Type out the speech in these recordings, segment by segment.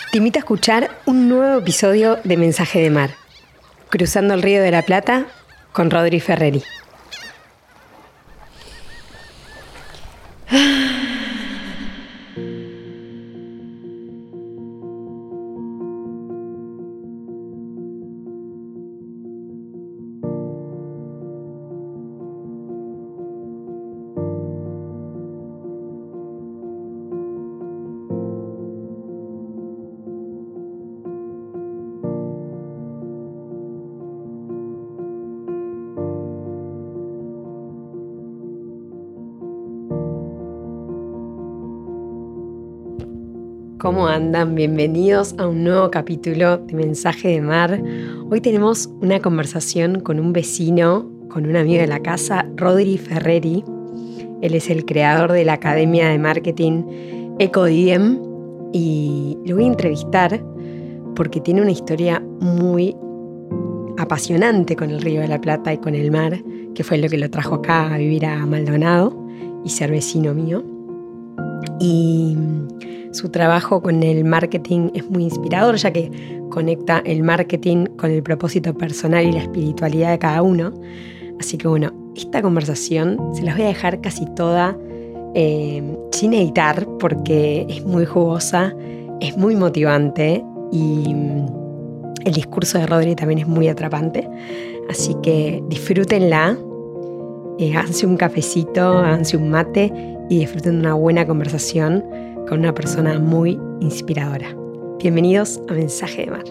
Te invito a escuchar un nuevo episodio de Mensaje de Mar, Cruzando el Río de la Plata con Rodri Ferreri. ¿Cómo andan? Bienvenidos a un nuevo capítulo de Mensaje de Mar. Hoy tenemos una conversación con un vecino, con un amigo de la casa, Rodri Ferreri. Él es el creador de la Academia de Marketing Ecodiem y lo voy a entrevistar porque tiene una historia muy apasionante con el Río de la Plata y con el mar, que fue lo que lo trajo acá a vivir a Maldonado y ser vecino mío. Y su trabajo con el marketing es muy inspirador, ya que conecta el marketing con el propósito personal y la espiritualidad de cada uno. Así que bueno, esta conversación se las voy a dejar casi toda sin editar, porque es muy jugosa, es muy motivante y el discurso de Rodri también es muy atrapante. Así que disfrútenla, háganse un cafecito, háganse un mate y disfruten de una buena conversación con una persona muy inspiradora. Bienvenidos a Mensaje de Mar.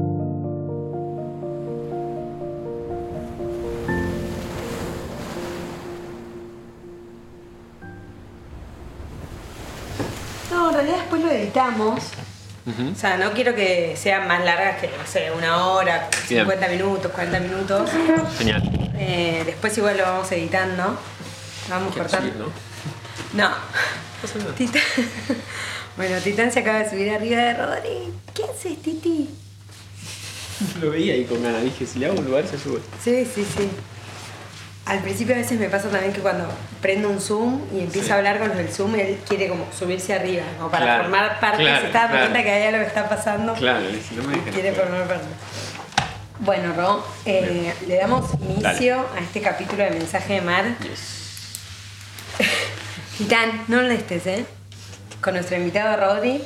No, en realidad después lo editamos. O sea, no quiero que sean más largas que, no sé, una hora, 50 minutos, 40 minutos. Genial. Después igual lo vamos editando. Lo vamos cortando. No. Tita. Bueno, Titán se acaba de subir arriba de Rodri. ¿Qué haces, Titi? Lo veía ahí con ganas. Dije, si le hago un lugar se sube. Sí. Al principio a veces me pasa también que cuando prendo un Zoom y empiezo a hablar con los del Zoom, él quiere como subirse arriba, como para formar parte. Se está dando cuenta que hay algo que está pasando. Claro, si no me dejan. Quiere formar parte. Bueno, Ro, le damos inicio a este capítulo de Mensaje de Mar. Yes. Titán, no lo estés, con nuestro invitado Rodri.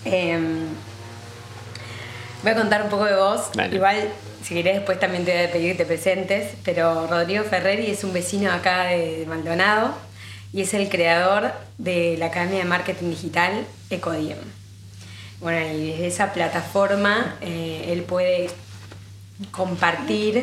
Voy a contar un poco de vos. Dale. Igual, si querés, después también te voy a pedir que te presentes. Pero Rodrigo Ferreri es un vecino acá de Maldonado y es el creador de la Academia de Marketing Digital Ecodiem. Bueno, y desde esa plataforma él puede compartir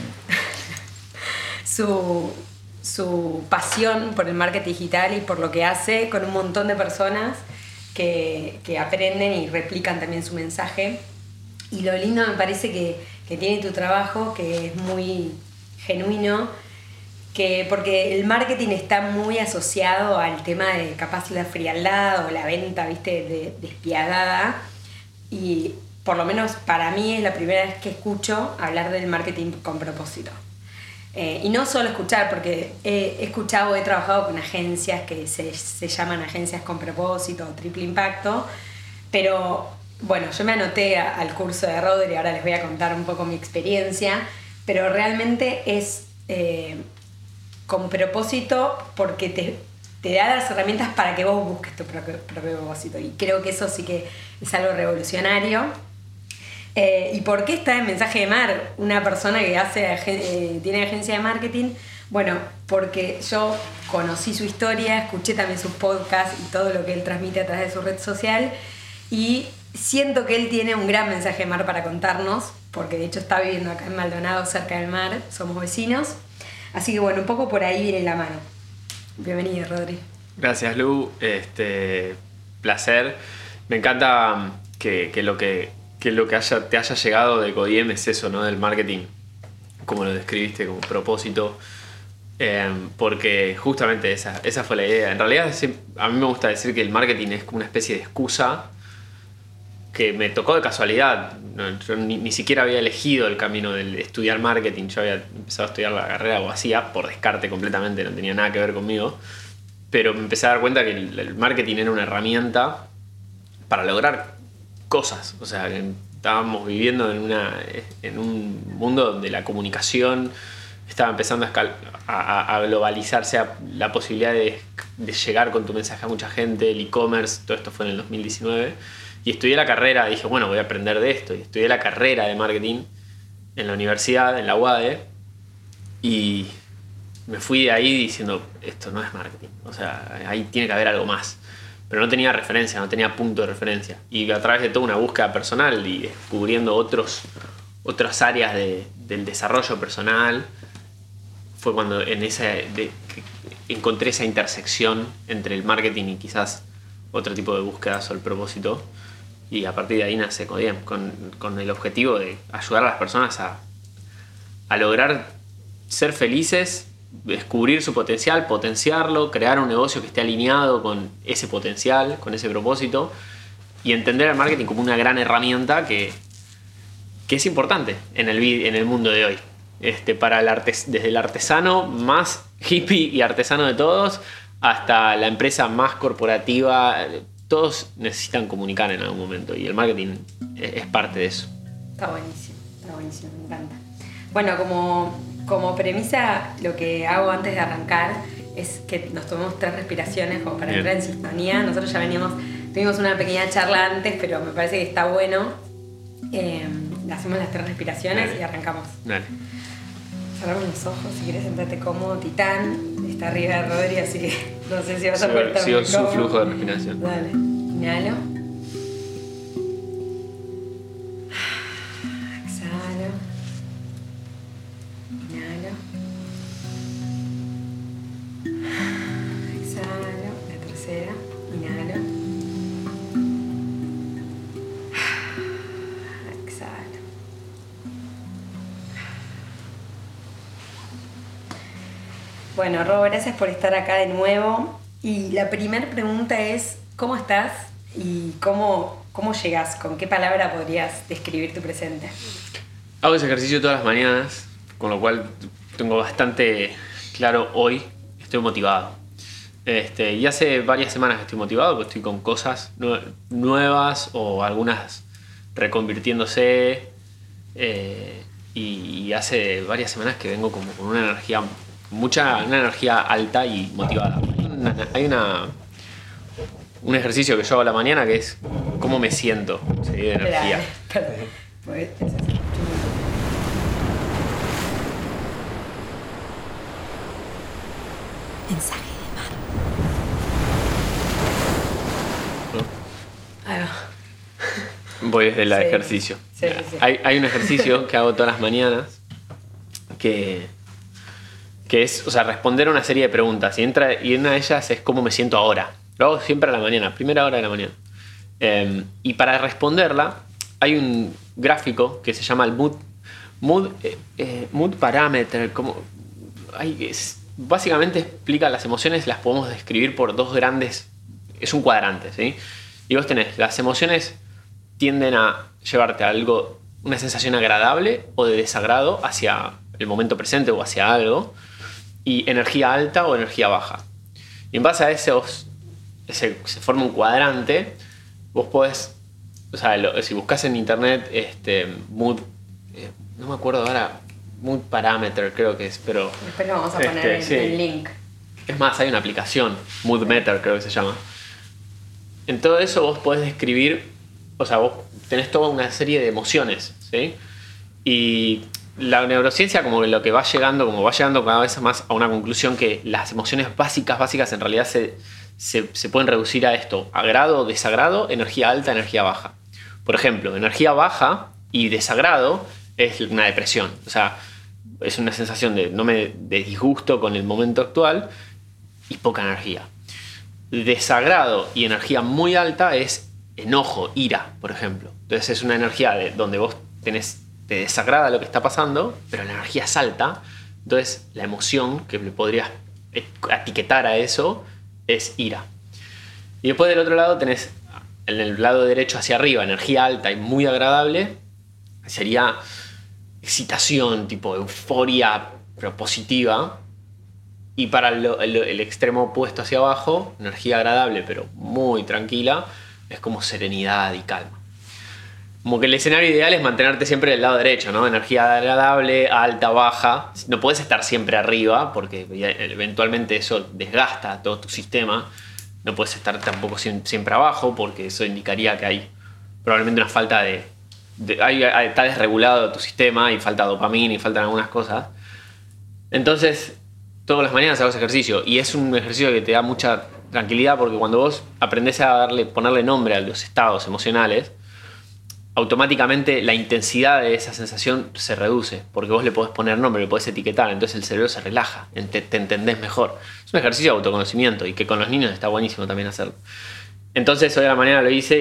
su pasión por el marketing digital y por lo que hace con un montón de personas que aprenden y replican también su mensaje. Y lo lindo me parece que tiene tu trabajo, que es muy genuino, porque el marketing está muy asociado al tema de capaz la frialdad o la venta, ¿viste?, despiadada. Y por lo menos para mí es la primera vez que escucho hablar del marketing con propósito. Y no solo escuchar, porque he trabajado con agencias que se llaman agencias con propósito o triple impacto, pero bueno, yo me anoté al curso de Rodri, ahora les voy a contar un poco mi experiencia, pero realmente es con propósito porque te da las herramientas para que vos busques tu propio propósito, y creo que eso sí que es algo revolucionario. ¿Y por qué está en Mensaje de Mar una persona que tiene agencia de marketing? Bueno, porque yo conocí su historia, escuché también sus podcasts y todo lo que él transmite a través de su red social, y siento que él tiene un gran mensaje de mar para contarnos, porque de hecho está viviendo acá en Maldonado, cerca del mar, somos vecinos. Así que bueno, un poco por ahí viene la mano. Bienvenido, Rodri. Gracias, Lu. Placer. Me encanta que lo que te haya llegado de Ecodiem es eso, ¿no? Del marketing, como lo describiste, como propósito, porque justamente esa fue la idea. En realidad a mí me gusta decir que el marketing es como una especie de excusa que me tocó de casualidad. Yo ni siquiera había elegido el camino de estudiar marketing. Yo había empezado a estudiar la carrera o hacía por descarte completamente, no tenía nada que ver conmigo, pero me empecé a dar cuenta que el marketing era una herramienta para lograr cosas. O sea, estábamos viviendo en un mundo donde la comunicación estaba empezando a globalizarse, a la posibilidad de llegar con tu mensaje a mucha gente, el e-commerce, todo esto fue en el 2019. Y estudié la carrera, dije, bueno, voy a aprender de esto. Y estudié la carrera de marketing en la universidad, en la UADE, y me fui de ahí diciendo, esto no es marketing. O sea, ahí tiene que haber algo más. Pero no tenía referencia, no tenía punto de referencia. Y a través de toda una búsqueda personal y descubriendo otras áreas del desarrollo personal, fue cuando encontré esa intersección entre el marketing y quizás otro tipo de búsquedas o el propósito. Y a partir de ahí nace Codiem, con el objetivo de ayudar a las personas a lograr ser felices, descubrir su potencial, potenciarlo, crear un negocio que esté alineado con ese potencial, con ese propósito, y entender el marketing como una gran herramienta que es importante en el mundo de hoy. Para desde el artesano más hippie y artesano de todos hasta la empresa más corporativa, todos necesitan comunicar en algún momento y el marketing es parte de eso. Está buenísimo, me encanta. Bueno, como premisa, lo que hago antes de arrancar es que nos tomemos 3 respiraciones como para entrar en sintonía. Nosotros ya tuvimos una pequeña charla antes, pero me parece que está bueno. Hacemos las 3 respiraciones. Dale. Y arrancamos. Dale. Cerramos los ojos, si quieres sentate cómodo. Titán está arriba de Rodri, así que no sé si vas a poder estar sigo su flujo de respiración. Dale, inhalo. Exhalo. Inhalo. Exhalo. La tercera. Inhalo. Exhalo. Bueno, Rob, gracias por estar acá de nuevo. Y la primera pregunta es, ¿cómo estás? ¿Y cómo llegás? ¿Con qué palabra podrías describir tu presente? Hago ese ejercicio todas las mañanas, con lo cual tengo bastante claro hoy, estoy motivado. Y hace varias semanas que estoy motivado, porque estoy con cosas nuevas o algunas reconvirtiéndose. Y hace varias semanas que vengo como con una energía una energía alta y motivada. Hay un ejercicio que yo hago a la mañana que es cómo me siento, ¿sí? De energía. Mensaje de mar. ¿No? Ahí va. Voy desde el ejercicio. Sí. Hay un ejercicio que hago todas las mañanas que es, o sea, responder una serie de preguntas y una de ellas es cómo me siento ahora. Lo hago siempre a la mañana, primera hora de la mañana. Y para responderla hay un gráfico que se llama el mood parameter. Básicamente explica las emociones, las podemos describir por 2 grandes, es un cuadrante, ¿sí? Y vos tenés, las emociones tienden a llevarte a algo, una sensación agradable o de desagrado hacia el momento presente o hacia algo, y energía alta o energía baja. Y en base a eso se forma un cuadrante. Vos podés, o sea, si buscas en internet mood, no me acuerdo ahora, mood parameter creo que es, pero después lo vamos a poner el link. Es más, hay una aplicación, Moodmeter creo que se llama. En todo eso vos podés describir, o sea, vos tenés toda una serie de emociones, ¿sí? Y la neurociencia como va llegando cada vez más a una conclusión que las emociones básicas en realidad se pueden reducir a esto: agrado, desagrado, energía alta, energía baja. Por ejemplo, energía baja y desagrado es una depresión. O sea, es una sensación de disgusto con el momento actual y poca energía. Desagrado y energía muy alta es enojo, ira, por ejemplo. Entonces es una energía donde vos te desagrada lo que está pasando, pero la energía es alta. Entonces la emoción que le podrías etiquetar a eso es ira. Y después del otro lado tenés, en el lado derecho hacia arriba, energía alta y muy agradable, sería excitación, tipo euforia, pero positiva. Y para el extremo opuesto hacia abajo, energía agradable pero muy tranquila, es como serenidad y calma. Como que el escenario ideal es mantenerte siempre del lado derecho, ¿no? Energía agradable, alta, baja. No puedes estar siempre arriba porque eventualmente eso desgasta todo tu sistema. No puedes estar tampoco siempre abajo porque eso indicaría que hay probablemente una falta está desregulado tu sistema y falta dopamina y faltan algunas cosas. Entonces, todas las mañanas hago ese ejercicio y es un ejercicio que te da mucha tranquilidad porque cuando vos aprendés a ponerle nombre a los estados emocionales, automáticamente la intensidad de esa sensación se reduce porque vos le podés poner nombre, le podés etiquetar, entonces el cerebro se relaja, te entendés mejor. Es un ejercicio de autoconocimiento y que con los niños está buenísimo también hacerlo. Entonces hoy a la mañana lo hice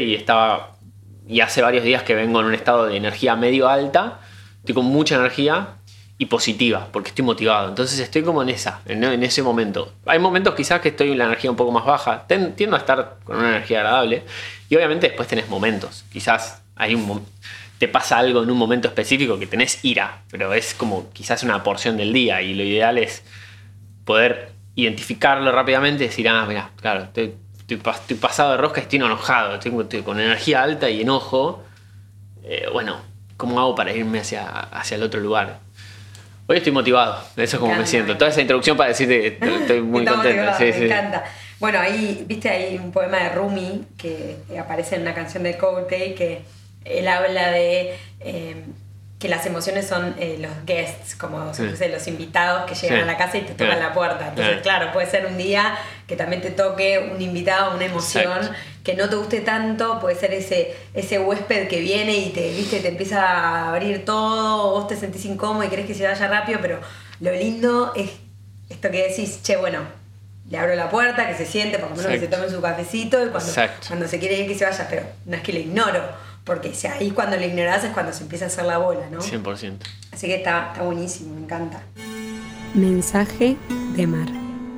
y hace varios días que vengo en un estado de energía medio alta, estoy con mucha energía y positiva porque estoy motivado, entonces estoy como en ese momento. Hay momentos quizás que estoy en la energía un poco más baja, tiendo a estar con una energía agradable y obviamente después tenés momentos, quizás te pasa algo en un momento específico que tenés ira, pero es como quizás una porción del día y lo ideal es poder identificarlo rápidamente y decir, mira, claro, estoy pasado de rosca, estoy enojado, estoy con energía alta y enojo. Bueno, ¿cómo hago para irme hacia el otro lugar? Hoy estoy motivado, eso es como me siento. Toda esa introducción para decirte que estoy muy contento. Sí, me encanta. Bueno, ahí, viste, hay un poema de Rumi que aparece en una canción de Coldplay que él habla de que las emociones son los guests, como los invitados que llegan a la casa y te tocan la puerta. Entonces, claro, puede ser un día que también te toque un invitado, una emoción que no te guste tanto, puede ser ese huésped que viene y te empieza a abrir todo, vos te sentís incómodo y querés que se vaya rápido, pero lo lindo es esto que decís, bueno, le abro la puerta, que se siente, por lo menos que se tome su cafecito y cuando se quiere ir que se vaya, pero no es que le ignoro. Porque ahí cuando lo ignorás es cuando se empieza a hacer la bola, ¿no? 100%. Así que está buenísimo, me encanta. Mensaje de Mar.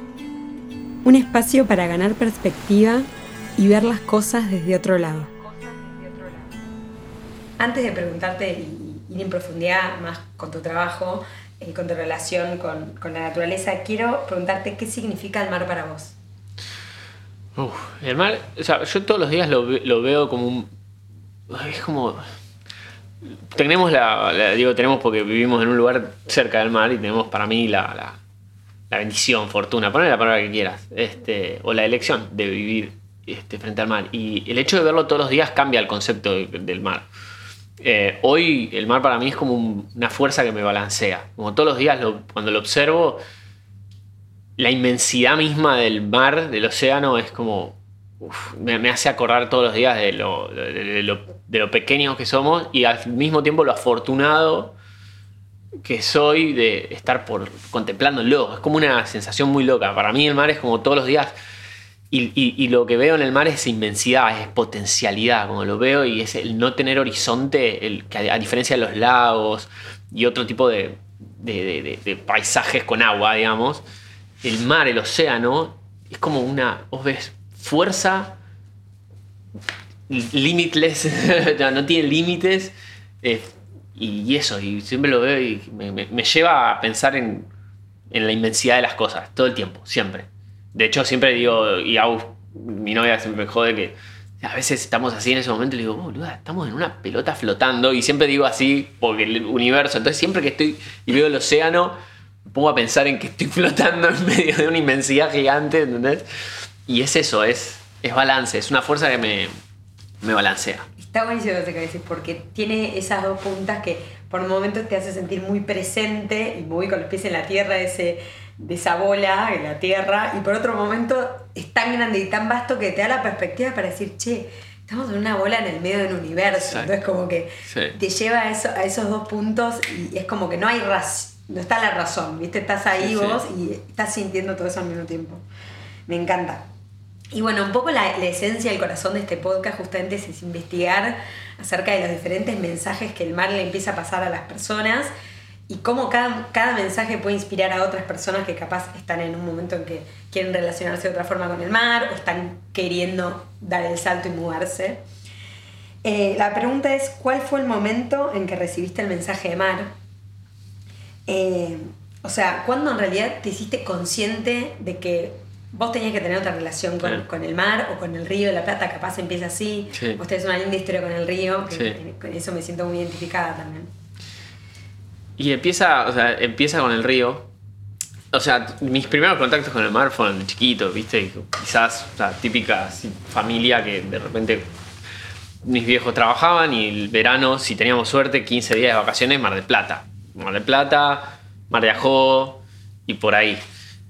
Un espacio para ganar perspectiva y ver las cosas desde otro lado. Antes de preguntarte y ir en profundidad más con tu trabajo, con tu relación con la naturaleza, quiero preguntarte qué significa el mar para vos. El mar, o sea, yo todos los días lo veo como es como tenemos tenemos porque vivimos en un lugar cerca del mar y tenemos para mí la bendición, fortuna, ponle la palabra que quieras, o la elección de vivir frente al mar, y el hecho de verlo todos los días cambia el concepto del mar. Hoy el mar para mí es como una fuerza que me balancea, como todos los días cuando lo observo, la inmensidad misma del mar, del océano, es como me hace acordar todos los días de lo pequeños que somos y al mismo tiempo lo afortunado que soy de estar contemplándolo. Es como una sensación muy loca. Para mí el mar es como todos los días y lo que veo en el mar es inmensidad, es potencialidad, como lo veo, y es el no tener horizonte, que a diferencia de los lagos y otro tipo de paisajes con agua, digamos, el mar, el océano, es como vos ves fuerza limitless, no tiene límites, y eso, y siempre lo veo y me lleva a pensar en la inmensidad de las cosas, todo el tiempo, siempre. De hecho, siempre digo, mi novia siempre me jode que a veces estamos así en ese momento y le digo, boluda, estamos en una pelota flotando, y siempre digo así porque el universo, entonces siempre que estoy y veo el océano me pongo a pensar en que estoy flotando en medio de una inmensidad gigante, ¿entendés? Y es eso, es balance, es una fuerza que me balancea. Está buenísimo lo que decís, porque tiene esas dos puntas que por un momento te hace sentir muy presente y muy con los pies en la tierra, de esa bola en la tierra, y por otro momento es tan grande y tan vasto que te da la perspectiva para decir, estamos en una bola en el medio del universo. Entonces como que te lleva a esos dos puntos y es como que no está la razón, ¿viste? Estás ahí vos y estás sintiendo todo eso al mismo tiempo. Me encanta. Y bueno, un poco la esencia, el corazón de este podcast justamente es investigar acerca de los diferentes mensajes que el mar le empieza a pasar a las personas y cómo cada mensaje puede inspirar a otras personas que capaz están en un momento en que quieren relacionarse de otra forma con el mar o están queriendo dar el salto y mudarse. La pregunta es, ¿cuál fue el momento en que recibiste el mensaje de mar? O sea, ¿cuándo en realidad te hiciste consciente de que vos tenías que tener otra relación con el mar o con el río de la Plata, capaz empieza así. Sí. Vos tenés una linda historia con el río, que Sí. con eso me siento muy identificada también. Y empieza con el río. O sea, mis primeros contactos con el mar fueron de chiquito, ¿viste? Quizás, o sea, típica así, familia que de repente mis viejos trabajaban y el verano, si teníamos suerte, 15 días de vacaciones, Mar del Plata. Mar del Plata, Mar de Ajó y por ahí.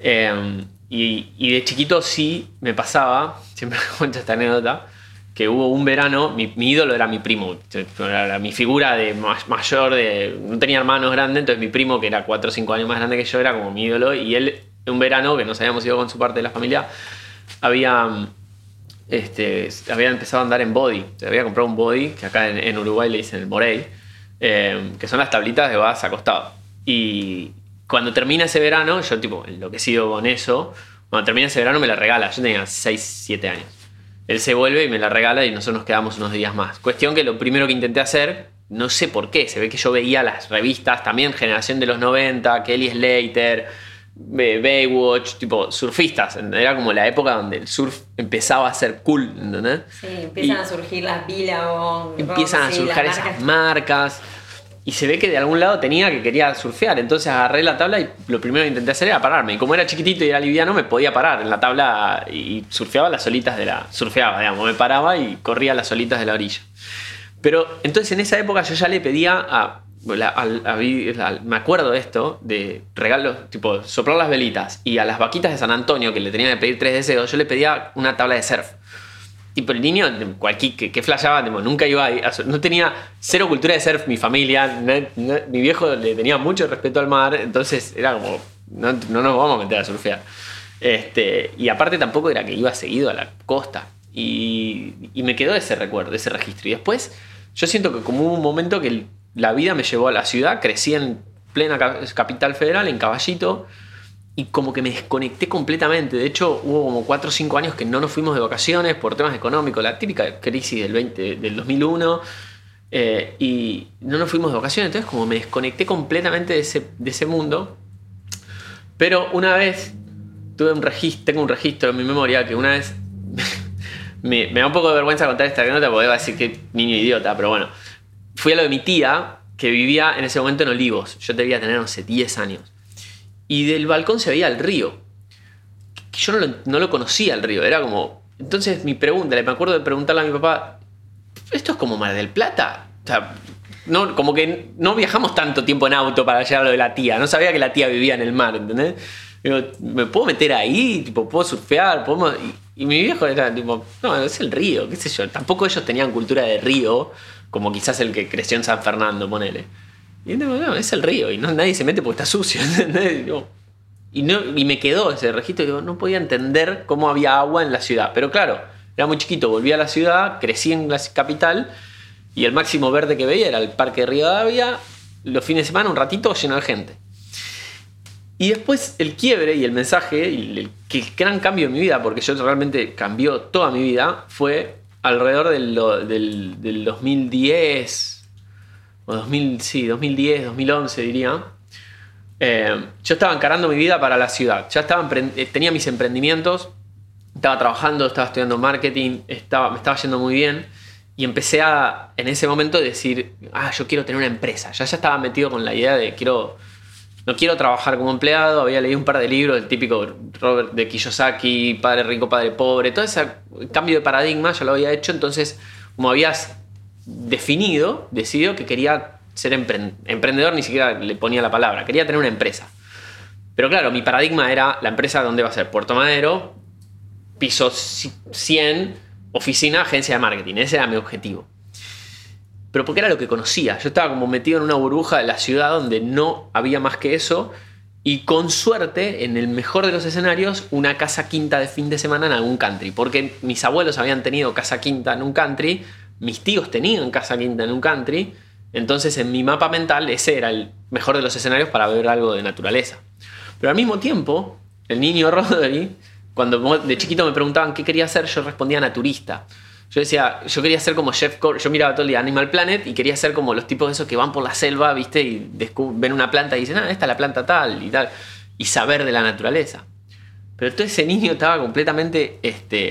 Y de chiquito sí me pasaba, siempre cuento esta anécdota, que hubo un verano, mi ídolo era mi primo, era mi figura de mayor, no tenía hermanos grandes, entonces mi primo, que era 4 o 5 años más grande que yo, era como mi ídolo, y él, un verano, que nos habíamos ido con su parte de la familia, había empezado a andar en body, se había comprado un body, que acá en Uruguay le dicen el morey, que son las tablitas de vas acostado. Y cuando termina ese verano, yo tipo enloquecido con eso, cuando termina ese verano me la regala, yo tenía 6, 7 años. Él se vuelve y me la regala y nosotros nos quedamos unos días más. Cuestión que lo primero que intenté hacer, no sé por qué, se ve que yo veía las revistas, también Generación de los 90, Kelly Slater, Baywatch, tipo surfistas. Era como la época donde el surf empezaba a ser cool, ¿entendés? Sí, empiezan a surgir las Billabong. Empiezan a surgir esas marcas. Y se ve que de algún lado quería surfear. Entonces agarré la tabla y lo primero que intenté hacer era pararme. Y como era chiquitito y era liviano, me podía parar en la tabla y surfeaba las olitas surfeaba, digamos. Me paraba y corría las olitas de la orilla. Pero entonces en esa época yo ya le pedía me acuerdo de esto, de regalos, tipo soplar las velitas. Y a las vaquitas de San Antonio, que le tenía que pedir 3 deseos, yo le pedía una tabla de surf. Tipo, el niño, que flashaba, nunca iba a no tenía cero cultura de surf mi familia, mi viejo le tenía mucho respeto al mar, entonces era como, no nos vamos a meter a surfear. Y aparte tampoco era que iba seguido a la costa. Y me quedó ese recuerdo, ese registro. Y después yo siento que como hubo un momento que la vida me llevó a la ciudad, crecí en plena capital federal, en Caballito, y como que me desconecté completamente. De hecho, hubo como 4 o 5 años que no nos fuimos de vacaciones por temas económicos, la típica crisis del 2001, y no nos fuimos de vacaciones. Entonces como me desconecté completamente de ese mundo. Pero una vez tengo un registro en mi memoria que una vez me da un poco de vergüenza contar esta anécdota porque va a decir que niño idiota, pero bueno, fui a lo de mi tía que vivía en ese momento en Olivos. Yo debía tener, no sé, 10 años. Y del balcón se veía el río. Yo no lo conocía el río. Era como... Entonces mi pregunta, me acuerdo de preguntarle a mi papá, ¿esto es como Mar del Plata? O sea, no, como que no viajamos tanto tiempo en auto para llegar a lo de la tía. No sabía que la tía vivía en el mar, ¿entendés? Digo, ¿me puedo meter ahí? Tipo, ¿puedo surfear? Y mi viejo era tipo, no, es el río, qué sé yo. Tampoco ellos tenían cultura de río, como quizás el que creció en San Fernando, ponele. Y no, es el río y nadie se mete porque está sucio. Y me quedó ese registro. Digo, no podía entender cómo había agua en la ciudad. Pero claro, era muy chiquito, volví a la ciudad, crecí en la capital y el máximo verde que veía era el Parque de Rivadavia. Los fines de semana, un ratito lleno de gente. Y después el quiebre y el mensaje, y el gran cambio en mi vida, porque yo realmente cambió toda mi vida, fue alrededor del 2010. O 2010, 2011 diría. Yo estaba encarando mi vida para la ciudad. Ya tenía mis emprendimientos, estaba trabajando, estaba estudiando marketing, me estaba yendo muy bien. Y empecé en ese momento, decir, yo quiero tener una empresa. Ya estaba metido con la idea de no quiero trabajar como empleado. Había leído un par de libros, el típico Robert de Kiyosaki, Padre Rico, Padre Pobre. Todo ese cambio de paradigma ya lo había hecho. Entonces, como habías decidido que quería ser emprendedor, ni siquiera le ponía la palabra, quería tener una empresa. Pero claro, mi paradigma era la empresa donde va a ser Puerto Madero, piso 100, oficina, agencia de marketing. Ese era mi objetivo. Pero porque era lo que conocía. Yo estaba como metido en una burbuja de la ciudad donde no había más que eso, y con suerte, en el mejor de los escenarios, una casa quinta de fin de semana en algún country, porque mis abuelos habían tenido casa quinta en un country, mis tíos tenían casa quinta en un country. Entonces en mi mapa mental ese era el mejor de los escenarios para ver algo de naturaleza. Pero al mismo tiempo, el niño Rodri, cuando de chiquito me preguntaban qué quería hacer, yo respondía naturista. Yo decía, yo quería ser como Jeff Corr. Yo miraba todo el día Animal Planet y quería ser como los tipos de esos que van por la selva, ¿viste? Y ven una planta y dicen, esta es la planta tal y tal. Y saber de la naturaleza. Pero todo ese niño estaba completamente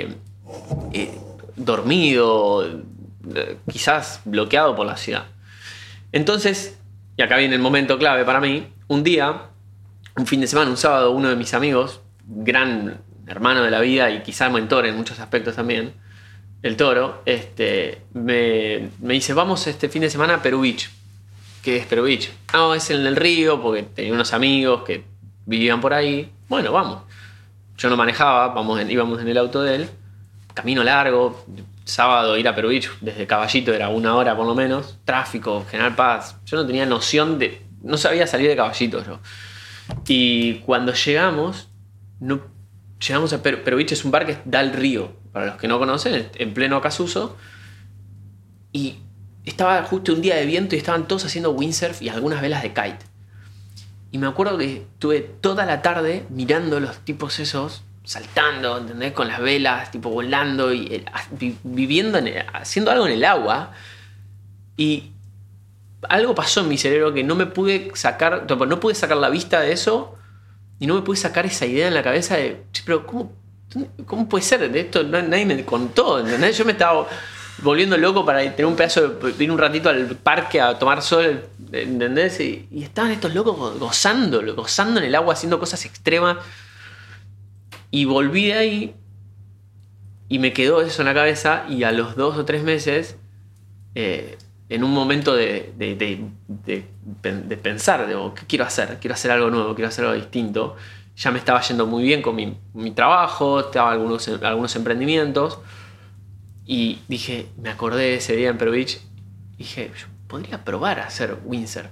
dormido, quizás bloqueado por la ciudad. Entonces, y acá viene el momento clave para mí, un día, un fin de semana, un sábado, uno de mis amigos, gran hermano de la vida y quizás mentor en muchos aspectos también, el Toro, me dice, vamos este fin de semana a Perú Beach. ¿Qué es Perú Beach? No, es en el río porque tenía unos amigos que vivían por ahí. Bueno, vamos. Yo no manejaba, íbamos en el auto de él. Camino largo, sábado ir a Perú Beach desde Caballito era 1 hora por lo menos. Tráfico, General Paz. Yo no tenía noción no sabía salir de Caballito yo. Y cuando llegamos a Perú Beach, es un bar que da al río. Para los que no conocen, en pleno Acasuso. Y estaba justo un día de viento y estaban todos haciendo windsurf y algunas velas de kite. Y me acuerdo que estuve toda la tarde mirando los tipos esos, saltando, ¿entendés? Con las velas, tipo volando y viviendo, haciendo algo en el agua. Y algo pasó en mi cerebro que no pude sacar la vista de eso y no me pude sacar esa idea en la cabeza de, pero ¿cómo puede ser? De esto nadie me contó, ¿entendés? Yo me estaba volviendo loco para tener un pedazo de ir un ratito al parque a tomar sol, ¿entendés? Y estaban estos locos gozando en el agua, haciendo cosas extremas. Y volví de ahí y me quedó eso en la cabeza y a los 2 o 3 meses, en un momento de pensar, ¿qué quiero hacer? Quiero hacer algo nuevo, quiero hacer algo distinto. Ya me estaba yendo muy bien con mi trabajo, estaba algunos emprendimientos. Y me acordé de ese día en Perú Beach, dije, yo podría probar a hacer windsurf.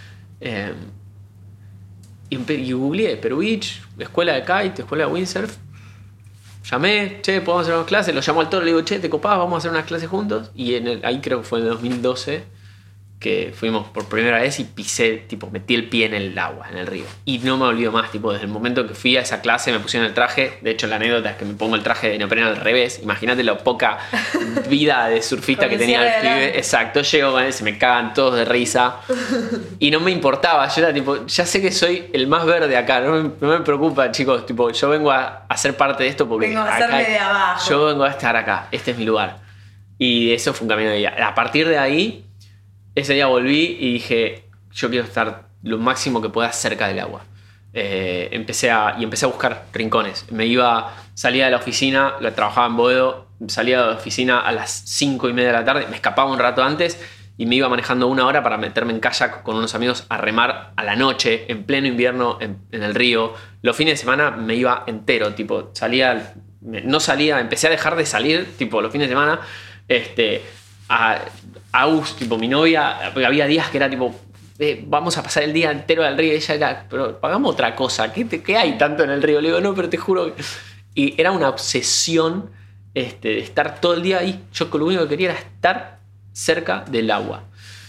Y googleé Perú Beach, escuela de kite, escuela de windsurf. Llamé, podemos hacer unas clases. Lo llamo al Toro, le digo, ¿te copás? Vamos a hacer unas clases juntos. Y ahí creo que fue en el 2012 que fuimos por primera vez y metí el pie en el agua, en el río. Y no me olvido más, desde el momento que fui a esa clase me pusieron el traje. De hecho, la anécdota es que me pongo el traje de neopreno al revés. Imagínate la poca vida de surfista que tenía el pibe. Exacto, llego con él, se me cagan todos de risa. Y no me importaba, yo era ya sé que soy el más verde acá, no me preocupa, chicos, yo vengo a ser parte de esto porque vengo a hacerme de abajo. Yo vengo a estar acá, este es mi lugar. Y eso fue un camino de vida. A partir de ahí, ese día volví y dije, yo quiero estar lo máximo que pueda cerca del agua. Empecé a buscar rincones. Salía de la oficina, trabajaba en Boedo, salía de la oficina a las 5:30 de la tarde, me escapaba un rato antes y me iba manejando 1 hora para meterme en kayak con unos amigos a remar a la noche, en pleno invierno, en el río. Los fines de semana me iba entero, no salía, empecé a dejar de salir, los fines de semana, Agus, mi novia, había días que era vamos a pasar el día entero al río. Y ella era, pero hagamos otra cosa, ¿qué hay tanto en el río? Le digo, no, pero te juro que... Y era una obsesión de estar todo el día ahí. Yo lo único que quería era estar cerca del agua.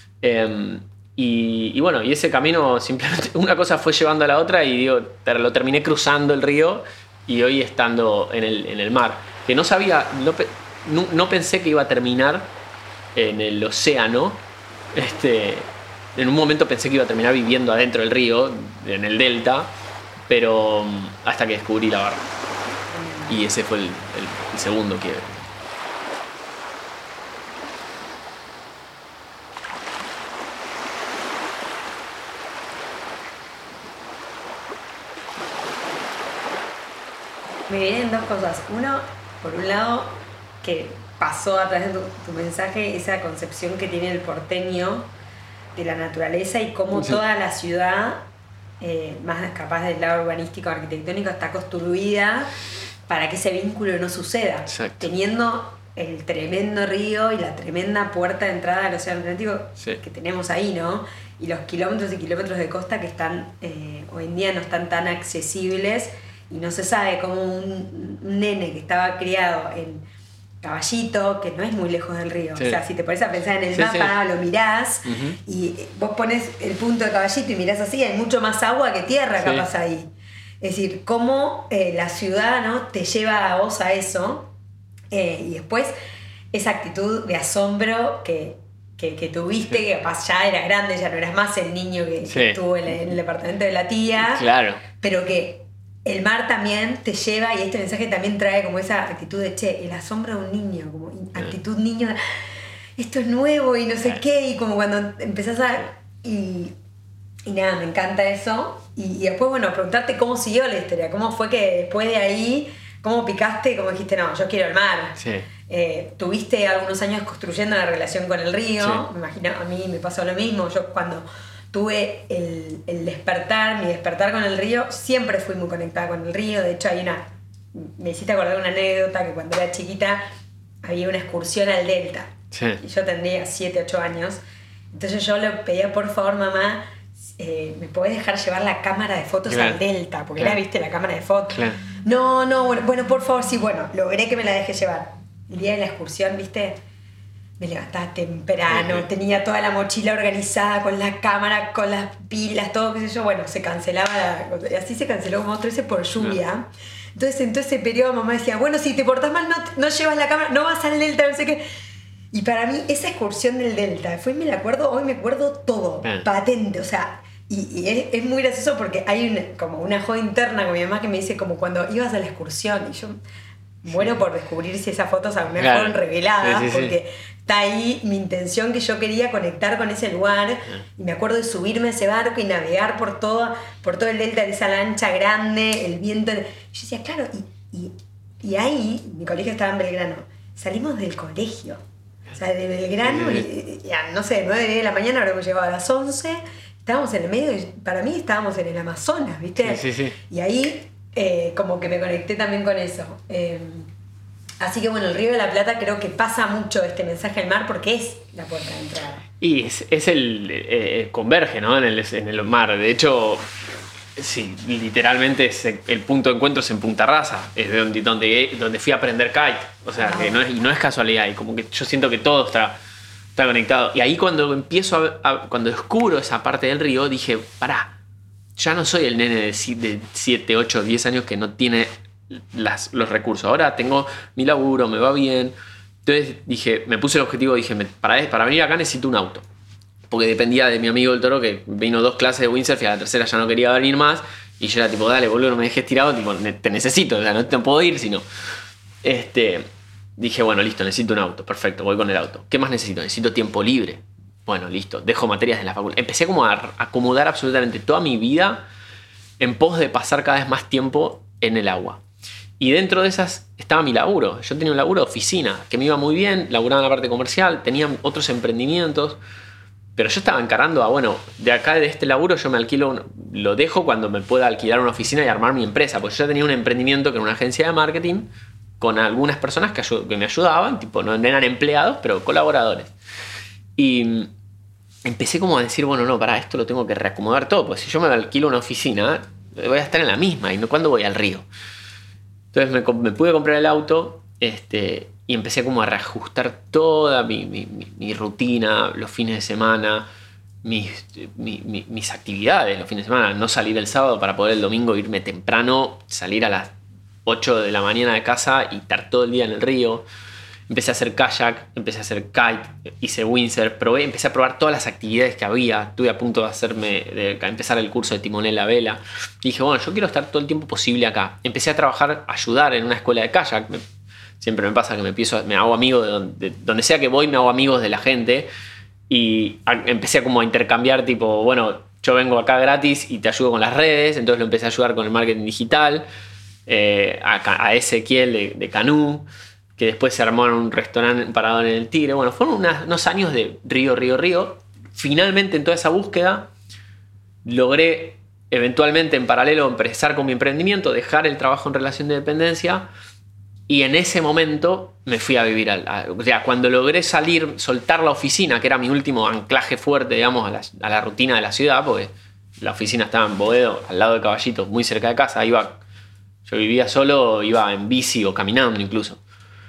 Y bueno, y ese camino simplemente una cosa fue llevando a la otra y lo terminé cruzando el río y hoy estando en el mar. Que no sabía, no pensé que iba a terminar en el océano. En un momento pensé que iba a terminar viviendo adentro del río, en el delta, pero hasta que descubrí la barra. Y ese fue el segundo quiebre. Me vienen 2 cosas. Uno, por un lado, que pasó a través de tu mensaje, esa concepción que tiene el porteño de la naturaleza y cómo toda la ciudad, más capaz del lado urbanístico, arquitectónico, está construida para que ese vínculo no suceda. Exacto. Teniendo el tremendo río y la tremenda puerta de entrada al Océano Atlántico que tenemos ahí, ¿no? Y los kilómetros y kilómetros de costa que están hoy en día no están tan accesibles y no se sabe cómo un nene que estaba criado en Caballito, que no es muy lejos del río. O sea, si te pones a pensar en el mapa, lo mirás y vos pones el punto de Caballito y mirás así, hay mucho más agua que tierra capaz ahí. Es decir, cómo la ciudad, ¿no?, te lleva a vos a eso. Y después esa actitud de asombro que tuviste, que capaz ya eras grande, ya no eras más el niño que estuvo en el departamento de la tía. Claro. Pero que el mar también te lleva, y este mensaje también trae como esa actitud de, che, el asombro de un niño, como actitud niño, esto es nuevo y no sé qué, y como cuando empezás a... Y nada, me encanta eso. Y después, bueno, preguntarte cómo siguió la historia, cómo fue que después de ahí, cómo picaste, cómo dijiste, no, yo quiero el mar. Sí. Tuviste algunos años construyendo la relación con el río, Sí. me imagino, a mí me pasó lo mismo. Yo cuando tuve el despertar, mi despertar con el río, siempre fui muy conectada con el río. De hecho, me hiciste acordar una anécdota que cuando era chiquita había una excursión al delta. Sí. Y yo tendría 7, 8 años. Entonces yo le pedía, por favor, mamá, ¿me podés dejar llevar la cámara de fotos al delta? Porque era, viste, la cámara de fotos. Claro. No, bueno, por favor, sí, bueno, logré que me la deje llevar. El día de la excursión, viste, me levantaba temprano, tenía toda la mochila organizada con la cámara, con las pilas, todo, qué sé yo. Bueno, se cancelaba, y así se canceló como 13 por lluvia. Entonces, en todo ese periodo mamá decía, bueno, si te portás mal, no llevas la cámara, no vas al delta, no sé qué. Y para mí esa excursión del delta, hoy me acuerdo todo, patente, o sea, y es muy gracioso porque hay como una joda interna con mi mamá que me dice como cuando ibas a la excursión, y yo muero por descubrir si esas fotos a lo mejor fueron reveladas, porque está ahí mi intención, que yo quería conectar con ese lugar, y me acuerdo de subirme a ese barco y navegar por todo el delta de esa lancha grande, el viento, yo decía, claro, y ahí, mi colegio estaba en Belgrano, salimos del colegio. O sea, de Belgrano, no sé, 9 de la mañana habremos llegado a las 11, estábamos en el medio, y para mí estábamos en el Amazonas, ¿viste? Sí. Y ahí como que me conecté también con eso. Así que bueno, el Río de la Plata creo que pasa mucho este mensaje al mar porque es la puerta de entrada. Y es el converge, ¿no? en el mar. De hecho, sí, literalmente el punto de encuentro es en Punta Rasa, es donde fui a aprender kite. O sea, que no es casualidad, y como que yo siento que todo está conectado. Y ahí cuando cuando descubro esa parte del río, dije, pará, ya no soy el nene de 7, 8, 10 años que no tiene los recursos. Ahora tengo mi laburo, me va bien. Entonces dije, me puse el objetivo, dije, para venir acá necesito un auto. Porque dependía de mi amigo el Toro, que vino 2 clases de windsurf y a la tercera ya no quería venir más. Y yo era tipo, dale, boludo, no me dejes tirado, tipo, te necesito, o sea, no te puedo ir si no. Dije, bueno, listo, necesito un auto, perfecto, voy con el auto. ¿Qué más necesito? Necesito tiempo libre. Bueno, listo, dejo materias de la facultad. Empecé como a acomodar absolutamente toda mi vida en pos de pasar cada vez más tiempo en el agua. Y dentro de esas estaba mi laburo. Yo tenía un laburo de oficina, que me iba muy bien, laburaba en la parte comercial, tenía otros emprendimientos. Pero yo estaba encarando de acá de este laburo yo me alquilo, lo dejo cuando me pueda alquilar una oficina y armar mi empresa. Porque yo ya tenía un emprendimiento que era una agencia de marketing con algunas personas que me ayudaban, tipo, no eran empleados, pero colaboradores. Y empecé como a decir, bueno, no, para esto lo tengo que reacomodar todo. Pues si yo me alquilo una oficina, voy a estar en la misma. ¿Y cuándo voy al río? Entonces me pude comprar el auto, y empecé como a reajustar toda mi rutina, los fines de semana, mis actividades los fines de semana. No salir el sábado para poder el domingo irme temprano, salir a las 8 de la mañana de casa y estar todo el día en el río. Empecé a hacer kayak, empecé a hacer kite, hice windsurf, empecé a probar todas las actividades que había. Estuve a punto de empezar el curso de timonel a vela. Y dije, bueno, yo quiero estar todo el tiempo posible acá. Empecé a trabajar, a ayudar en una escuela de kayak. Siempre me pasa que me hago amigo de donde sea que voy, me hago amigos de la gente. Y empecé como a intercambiar, tipo, bueno, yo vengo acá gratis y te ayudo con las redes. Entonces lo empecé a ayudar con el marketing digital. A Ezequiel de Canú, que después se armó en un restaurante parado en el Tigre. Bueno, fueron unos años de río. Finalmente, en toda esa búsqueda, logré eventualmente en paralelo empezar con mi emprendimiento, dejar el trabajo en relación de dependencia, y en ese momento me fui a vivir o sea, cuando logré soltar la oficina, que era mi último anclaje fuerte, digamos, a la rutina de la ciudad, porque la oficina estaba en Boedo, al lado de Caballito, muy cerca de casa. Yo vivía solo, iba en bici o caminando incluso.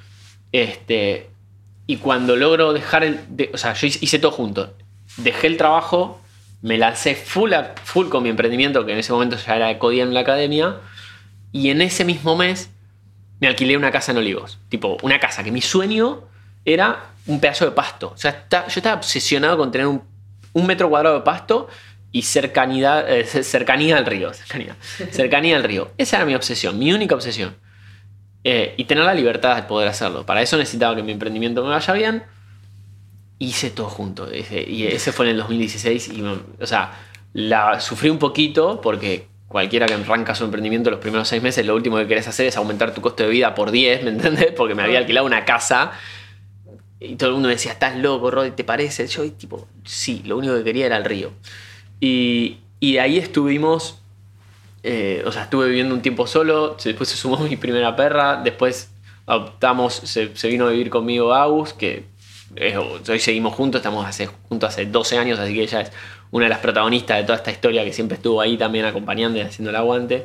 Y cuando logro dejar o sea, yo hice todo junto. Dejé el trabajo, me lancé full con mi emprendimiento, que en ese momento ya era de Codía en la academia, y en ese mismo mes me alquilé una casa en Olivos. Tipo, una casa que mi sueño era un pedazo de pasto. O sea, yo estaba obsesionado con tener un metro cuadrado de pasto y cercanía al río. Cercanía al río. Esa era mi obsesión, mi única obsesión. Y tener la libertad de poder hacerlo. Para eso necesitaba que mi emprendimiento me vaya bien. Hice todo junto. Y ese fue en el 2016. Y, o sea, sufrí un poquito porque cualquiera que arranca su emprendimiento los primeros 6 meses, lo último que querés hacer es aumentar tu costo de vida por 10, ¿me entendés? Porque me había alquilado una casa y todo el mundo me decía, estás loco, Rodri, ¿te parece? Yo, tipo, sí, lo único que quería era el río. Y de ahí estuvimos, o sea, estuve viviendo un tiempo solo, después se sumó mi primera perra, después adoptamos, se vino a vivir conmigo Agus, que hoy seguimos juntos, estamos juntos hace 12 años, así que ella es una de las protagonistas de toda esta historia, que siempre estuvo ahí también acompañando y haciendo el aguante.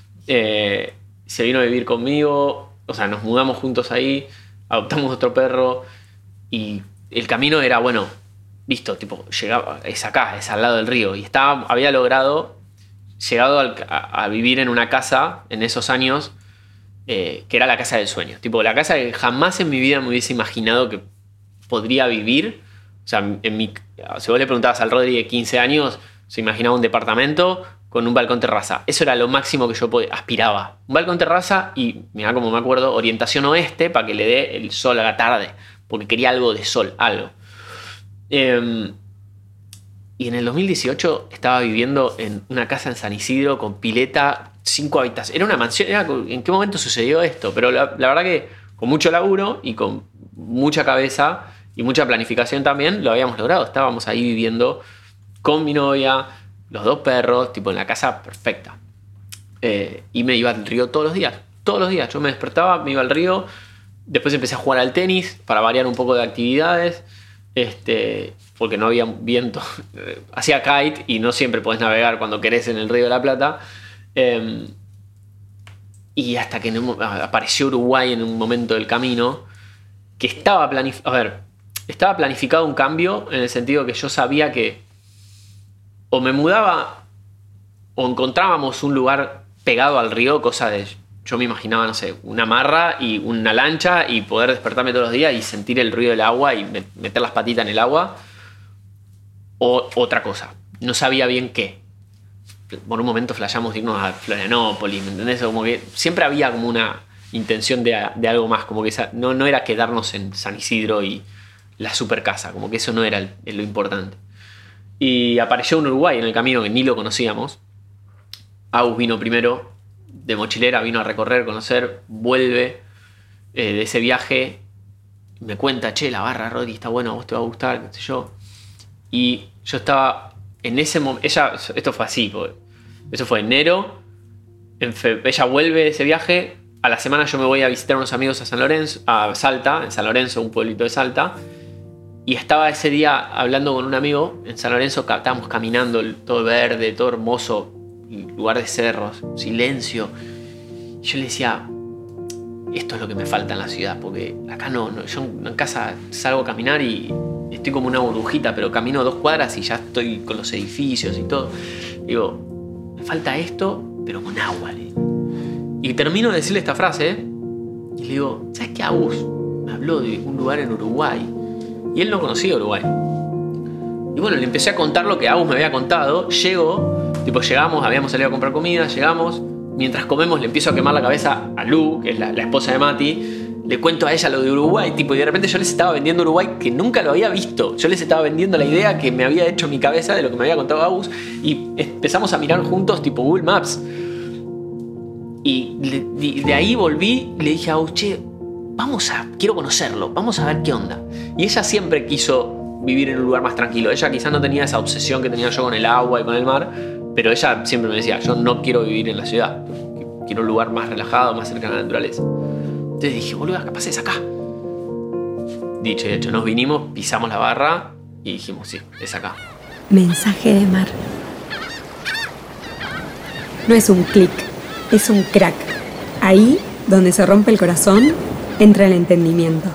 Se vino a vivir conmigo, o sea, nos mudamos juntos ahí, adoptamos otro perro y el camino era, bueno, listo, tipo, llegaba, es acá, es al lado del río, y había llegado a vivir en una casa en esos años que era la casa del sueño, tipo, la casa que jamás en mi vida me hubiese imaginado que podría vivir. O sea, si vos le preguntabas al Rodri de 15 años, se imaginaba un departamento con un balcón terraza. Eso era lo máximo que yo aspiraba. Un balcón terraza y, mirá como me acuerdo, orientación oeste para que le dé el sol a la tarde. Porque quería algo de sol, algo. Y en el 2018 estaba viviendo en una casa en San Isidro con pileta, 5 habitaciones. Era una mansión. ¿En qué momento sucedió esto? Pero la verdad que con mucho laburo y con mucha cabeza y mucha planificación también lo habíamos logrado. Estábamos ahí viviendo con mi novia, los 2 perros, tipo en la casa perfecta. Y me iba al río todos los días. Todos los días. Yo me despertaba, me iba al río. Después empecé a jugar al tenis para variar un poco de actividades. Porque no había viento. Hacía kite y no siempre podés navegar cuando querés en el Río de la Plata. Y hasta que apareció Uruguay en un momento del camino que estaba planificado un cambio en el sentido que yo sabía que o me mudaba o encontrábamos un lugar pegado al río, cosa de, yo me imaginaba, no sé, una amarra y una lancha y poder despertarme todos los días y sentir el ruido del agua y meter las patitas en el agua, o otra cosa. No sabía bien qué. Por un momento flashamos irnos a Florianópolis, ¿me entendés? Como que siempre había como una intención de algo más, como que no era quedarnos en San Isidro y la super casa, como que eso no era lo importante. Y apareció un Uruguay en el camino que ni lo conocíamos. Agus vino primero de mochilera, vino a recorrer, conocer, vuelve de ese viaje, me cuenta, che, la barra, Rodri, está bueno, a vos te va a gustar, qué sé yo. Y yo estaba en ese momento, esto fue así, eso fue enero, ella vuelve de ese viaje, a la semana yo me voy a visitar a unos amigos a Salta, en San Lorenzo, un pueblito de Salta, y estaba ese día hablando con un amigo en San Lorenzo, estábamos caminando, todo verde, todo hermoso, lugar de cerros, silencio. Y yo le decía, esto es lo que me falta en la ciudad, porque acá no, yo en casa salgo a caminar y estoy como una burbujita, pero camino 2 cuadras y ya estoy con los edificios y todo. Digo, me falta esto, pero con agua, le digo. Y termino de decirle esta frase, y le digo, ¿sabes qué? Agus me habló de un lugar en Uruguay, y él no conocía Uruguay. Y bueno, le empecé a contar lo que Agus me había contado. Llegamos, habíamos salido a comprar comida, llegamos, mientras comemos le empiezo a quemar la cabeza a Lu, que es la esposa de Mati. Le cuento a ella lo de Uruguay, y de repente yo les estaba vendiendo Uruguay que nunca lo había visto. Yo les estaba vendiendo la idea que me había hecho en mi cabeza de lo que me había contado Agus, y empezamos a mirar juntos tipo Google Maps. Y de ahí volví y le dije a Agus, che, quiero conocerlo, vamos a ver qué onda. Y ella siempre quiso vivir en un lugar más tranquilo. Ella quizás no tenía esa obsesión que tenía yo con el agua y con el mar, pero ella siempre me decía, yo no quiero vivir en la ciudad, quiero un lugar más relajado, más cercano a la naturaleza. Entonces dije, boludo, capaz es acá. Dicho y hecho, nos vinimos, pisamos la barra y dijimos, sí, es acá. Mensaje de mar. No es un clic, es un crack. Ahí, donde se rompe el corazón, entra el entendimiento.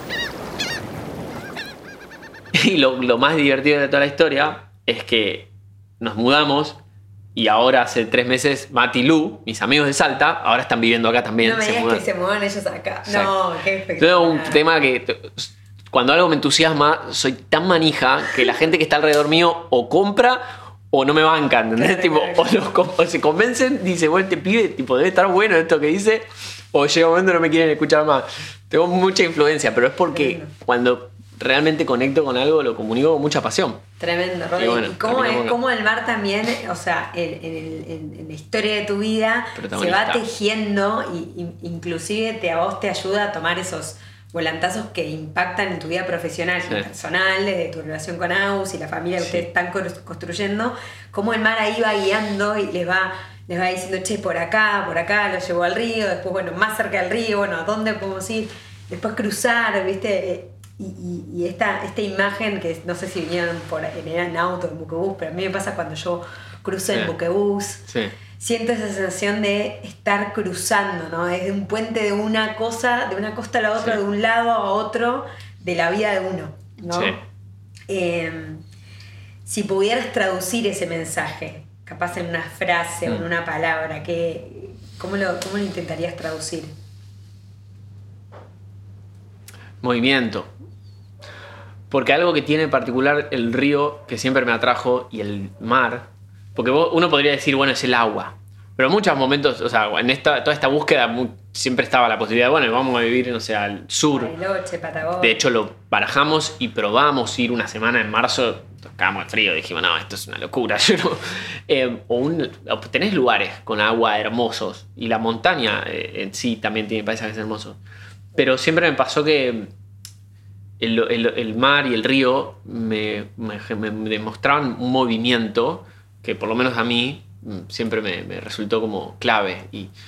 Y lo más divertido de toda la historia es que nos mudamos y ahora hace 3 meses Mati y Lu, mis amigos de Salta, ahora están viviendo acá también. No me digas que se muevan ellos acá. Exacto. No, qué espectacular. Es un tema que cuando algo me entusiasma soy tan manija que la gente que está alrededor mío o compra o no me bancan, ¿entendés? Claro, Tipo, claro. o se convencen, dice, bueno, este pibe tipo, debe estar bueno esto que dice, o llega un momento no me quieren escuchar más. Tengo mucha influencia, pero es porque Tremendo. cuando realmente conecto con algo lo comunico con mucha pasión. Tremendo, Rodri. Y bueno, ¿Y cómo terminamos es acá. cómo el mar también, o sea, en la historia de tu vida se Protagonista. va tejiendo inclusive a vos te ayuda a tomar esos volantazos que impactan en tu vida profesional y Sí. personal, desde tu relación con Aus y la familia que Sí. ustedes están construyendo, cómo el mar ahí va guiando y les va diciendo, che, por acá, lo llevó al río, después, bueno, más cerca del río, bueno, ¿a dónde podemos ir? Después cruzar, ¿viste? Y esta imagen que no sé si vinieron en auto, en buquebús, pero a mí me pasa cuando yo cruzo en Sí. buquebús, Sí. siento esa sensación de estar cruzando, ¿no? Es de un puente de una costa a la otra, Sí. de un lado a otro de la vida de uno, ¿no? Sí. Si pudieras traducir ese mensaje, capaz en una frase o en una palabra, ¿cómo lo intentarías traducir? Movimiento. Porque algo que tiene en particular el río, que siempre me atrajo, y el mar, porque uno podría decir, bueno, es el agua. Pero en muchos momentos, o sea, toda esta búsqueda siempre estaba la posibilidad, bueno, vamos a vivir, no sé, al sur. Bariloche, Patagonia. De hecho, lo barajamos y probamos ir una semana en marzo, tocábamos el frío, dijimos, no, esto es una locura. Yo no. Tenés lugares con agua hermosos, y la montaña en sí también tiene paisajes hermosos. Pero siempre me pasó que el mar y el río me demostraban un movimiento que por lo menos a mí siempre me resultó como clave.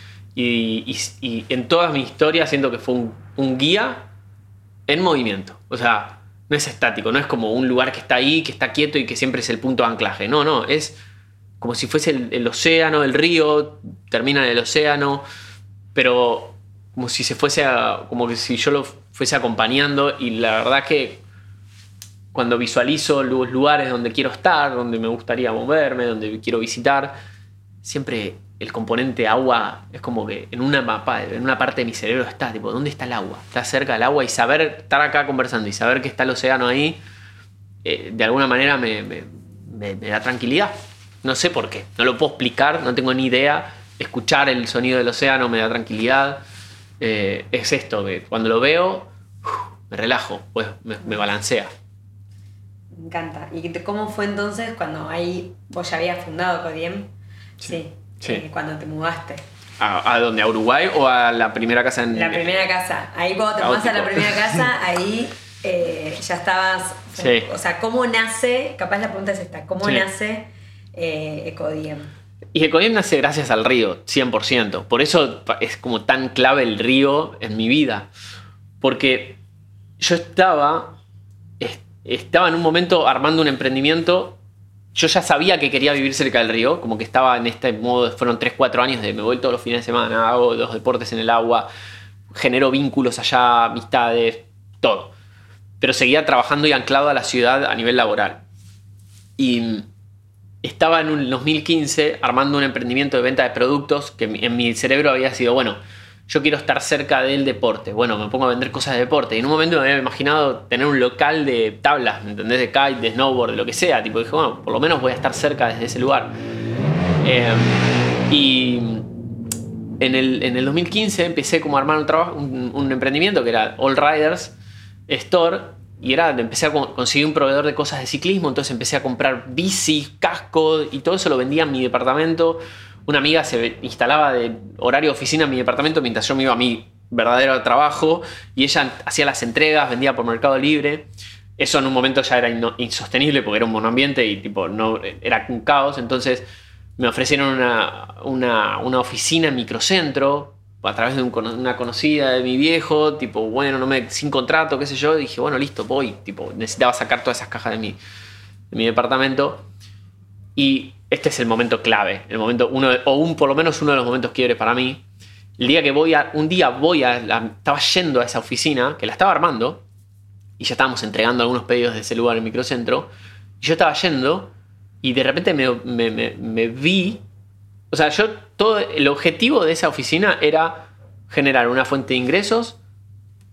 Y en todas mis historias siento que fue un guía en movimiento. O sea, no es estático, no es como un lugar que está ahí, que está quieto y que siempre es el punto de anclaje. No, es como si fuese el océano, el río, termina en el océano, pero como si como que si yo lo fuese acompañando. Y la verdad que cuando visualizo los lugares donde quiero estar, donde me gustaría moverme, donde quiero visitar, siempre el componente agua es como que en una parte de mi cerebro está, tipo, ¿dónde está el agua? Está cerca del agua, y saber estar acá conversando y saber que está el océano ahí, de alguna manera me da tranquilidad. No sé por qué, no lo puedo explicar, no tengo ni idea. Escuchar el sonido del océano me da tranquilidad. Es esto, que cuando lo veo, me relajo, pues me balancea. Me encanta. ¿Y cómo fue entonces cuando ahí vos ya habías fundado Codiem? Sí. Cuando te mudaste. ¿A dónde? ¿A Uruguay o a la primera casa en...? La primera casa. Ahí cuando te mudaste a la primera casa, ahí ya estabas... Sí. O sea, ¿cómo nace? Capaz la pregunta es esta. ¿Cómo nace Ecodiem? Y Ecodiem nace gracias al río, 100%. Por eso es como tan clave el río en mi vida. Porque yo estaba en un momento armando un emprendimiento. Yo ya sabía que quería vivir cerca del río, como que estaba en este modo. Fueron 3-4 años de me voy todos los fines de semana, hago los deportes en el agua, genero vínculos allá, amistades, todo. Pero seguía trabajando y anclado a la ciudad a nivel laboral. Y estaba en el 2015 armando un emprendimiento de venta de productos que en mi cerebro había sido, bueno, yo quiero estar cerca del deporte. Bueno, me pongo a vender cosas de deporte. Y en un momento me había imaginado tener un local de tablas, ¿me entendés? De kite, de snowboard, de lo que sea. Tipo, dije, bueno, por lo menos voy a estar cerca desde ese lugar. Y en el 2015 empecé como a armar un emprendimiento que era All Riders Store. Y empecé a conseguir un proveedor de cosas de ciclismo. Entonces empecé a comprar bici, casco, y todo eso lo vendía en mi departamento. Una amiga se instalaba de horario de oficina en mi departamento mientras yo me iba a mi verdadero trabajo, y ella hacía las entregas, vendía por Mercado Libre. Eso en un momento ya era insostenible porque era un monoambiente y tipo, no, era un caos. Entonces me ofrecieron una oficina en microcentro a través de una conocida de mi viejo, tipo, bueno, sin contrato, qué sé yo. Dije, bueno, listo, voy. Tipo, necesitaba sacar todas esas cajas de mi departamento. Y este es el momento clave, el momento por lo menos uno de los momentos quiebres para mí. El día que estaba yendo a esa oficina, que la estaba armando, y ya estábamos entregando algunos pedidos de ese lugar en microcentro, y yo estaba yendo, y de repente me vi. O sea, todo el objetivo de esa oficina era generar una fuente de ingresos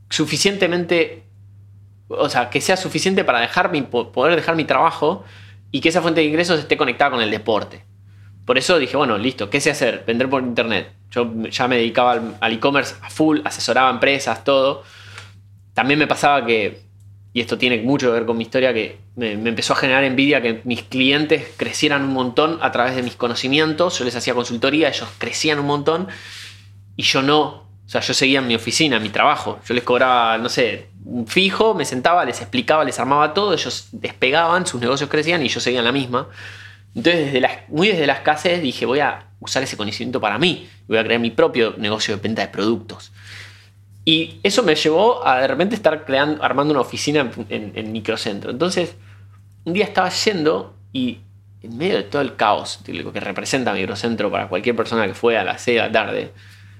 suficientemente, o sea, que sea suficiente para poder dejar mi trabajo y que esa fuente de ingresos esté conectada con el deporte. Por eso dije, bueno, listo, ¿qué sé hacer? Vender por internet. Yo ya me dedicaba al e-commerce a full, asesoraba empresas, todo. También me pasaba que, y esto tiene mucho que ver con mi historia, que me empezó a generar envidia que mis clientes crecieran un montón a través de mis conocimientos. Yo les hacía consultoría, ellos crecían un montón y yo no. O sea, yo seguía en mi oficina, en mi trabajo. Yo les cobraba, no sé, un fijo, me sentaba, les explicaba, les armaba todo, ellos despegaban, sus negocios crecían y yo seguía en la misma. Entonces, muy desde la escasez dije, voy a usar ese conocimiento para mí. Voy a crear mi propio negocio de venta de productos. Y eso me llevó a de repente estar armando una oficina en Microcentro. Entonces, un día estaba yendo y en medio de todo el caos de lo que representa Microcentro para cualquier persona que fue a las 6 de la tarde,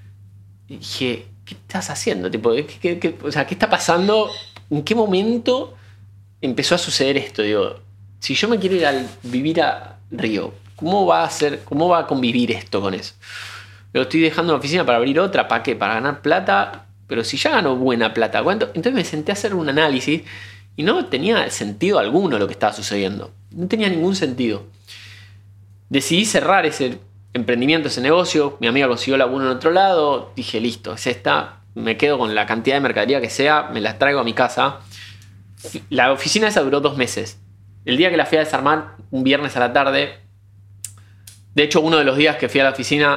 dije, ¿qué estás haciendo? Tipo, o sea, ¿qué está pasando? ¿En qué momento empezó a suceder esto? Digo, si yo me quiero ir a vivir a Río, ¿cómo va a convivir esto con eso? Pero estoy dejando una oficina para abrir otra, ¿para qué? Para ganar plata. Pero si ya gano buena plata, ¿cuánto? Entonces me senté a hacer un análisis y no tenía sentido alguno lo que estaba sucediendo. No tenía ningún sentido. Decidí cerrar ese emprendimiento, ese negocio. Mi amiga consiguió laburo en otro lado. Dije, listo, es esta. Me quedo con la cantidad de mercadería que sea. Me la traigo a mi casa. La oficina esa duró 2 meses. El día que la fui a desarmar, un viernes a la tarde. De hecho, uno de los días que fui a la oficina,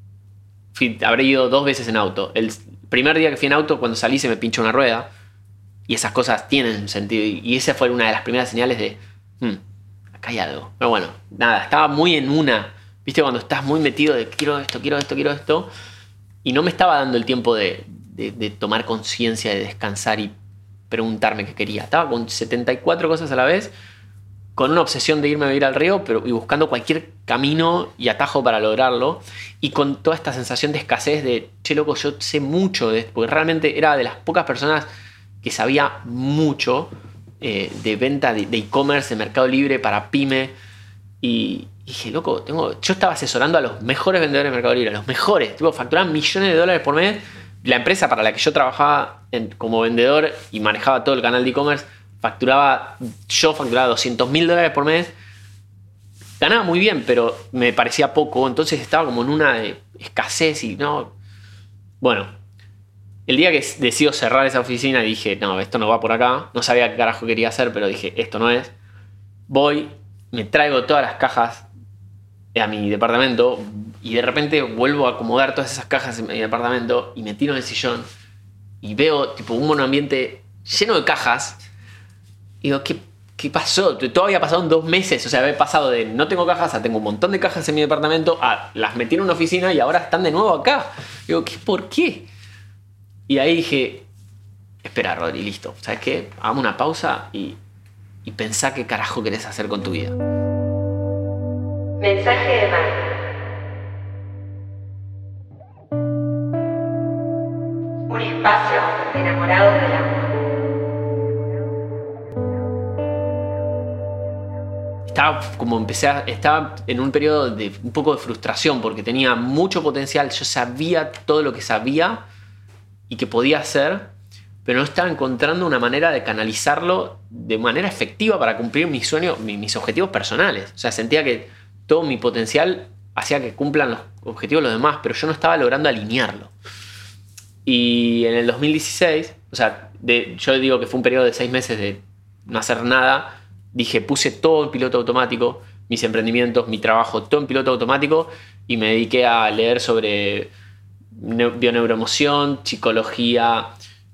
habré ido 2 veces en auto. El primer día que fui en auto, cuando salí se me pinchó una rueda. Y esas cosas tienen sentido. Y esa fue una de las primeras señales de, acá hay algo. Pero bueno, nada, estaba muy en una. ¿Viste? Cuando estás muy metido de quiero esto. Y no me estaba dando el tiempo de tomar conciencia, de descansar y preguntarme qué quería. Estaba con 74 cosas a la vez, con una obsesión de irme a vivir al Río, y buscando cualquier camino y atajo para lograrlo, y con toda esta sensación de escasez de, che, loco, yo sé mucho de esto, porque realmente era de las pocas personas que sabía mucho de venta de e-commerce, de Mercado Libre para pyme, y dije, loco, yo estaba asesorando a los mejores vendedores de Mercado Libre, a los mejores, facturaban millones de dólares por mes. La empresa para la que yo trabajaba como vendedor y manejaba todo el canal de e-commerce, yo facturaba $200,000 por mes. Ganaba muy bien, pero me parecía poco. Entonces estaba como en una de escasez y no. Bueno, el día que decido cerrar esa oficina dije, no, esto no va por acá. No sabía qué carajo quería hacer, pero dije, esto no es. Voy, me traigo todas las cajas a mi departamento y de repente vuelvo a acomodar todas esas cajas en mi departamento y me tiro en el sillón y veo tipo un monoambiente lleno de cajas. Y digo, ¿qué pasó? Todo había pasado en 2 meses. O sea, había pasado de no tengo cajas a tengo un montón de cajas en mi departamento a las metí en una oficina y ahora están de nuevo acá. Digo, ¿por qué? Y ahí dije, espera, Rodri, listo. ¿Sabes qué? Hagamos una pausa y pensá qué carajo querés hacer con tu vida. Mensaje de Mar. Un espacio de enamorados del amor. Estaba en un periodo de un poco de frustración porque tenía mucho potencial. Yo sabía todo lo que sabía y que podía hacer, pero no estaba encontrando una manera de canalizarlo de manera efectiva para cumplir mis sueños, mis objetivos personales. O sea, sentía que todo mi potencial hacía que cumplan los objetivos de los demás, pero yo no estaba logrando alinearlo. Y en el 2016, o sea, yo digo que fue un periodo de 6 meses de no hacer nada. Dije, puse todo en piloto automático, mis emprendimientos, mi trabajo, todo en piloto automático, y me dediqué a leer sobre bioneuroemoción, psicología,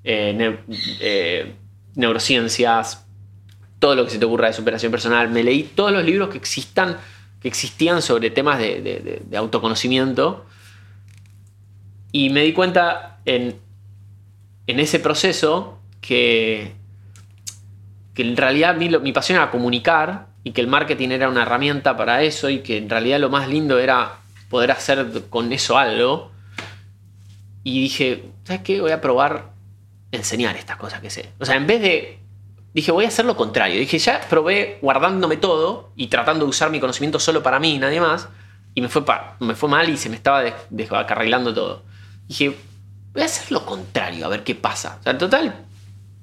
neurociencias, todo lo que se te ocurra de superación personal. Me leí todos los libros que existían sobre temas de autoconocimiento, y me di cuenta en ese proceso que en realidad mi pasión era comunicar y que el marketing era una herramienta para eso, y que en realidad lo más lindo era poder hacer con eso algo. Y dije, ¿sabes qué? Voy a probar enseñar estas cosas que sé. O sea, dije, voy a hacer lo contrario. Dije, ya probé guardándome todo y tratando de usar mi conocimiento solo para mí y nadie más, y me fue mal y se me estaba descarrilando todo. Dije, voy a hacer lo contrario, a ver qué pasa. O sea, en total,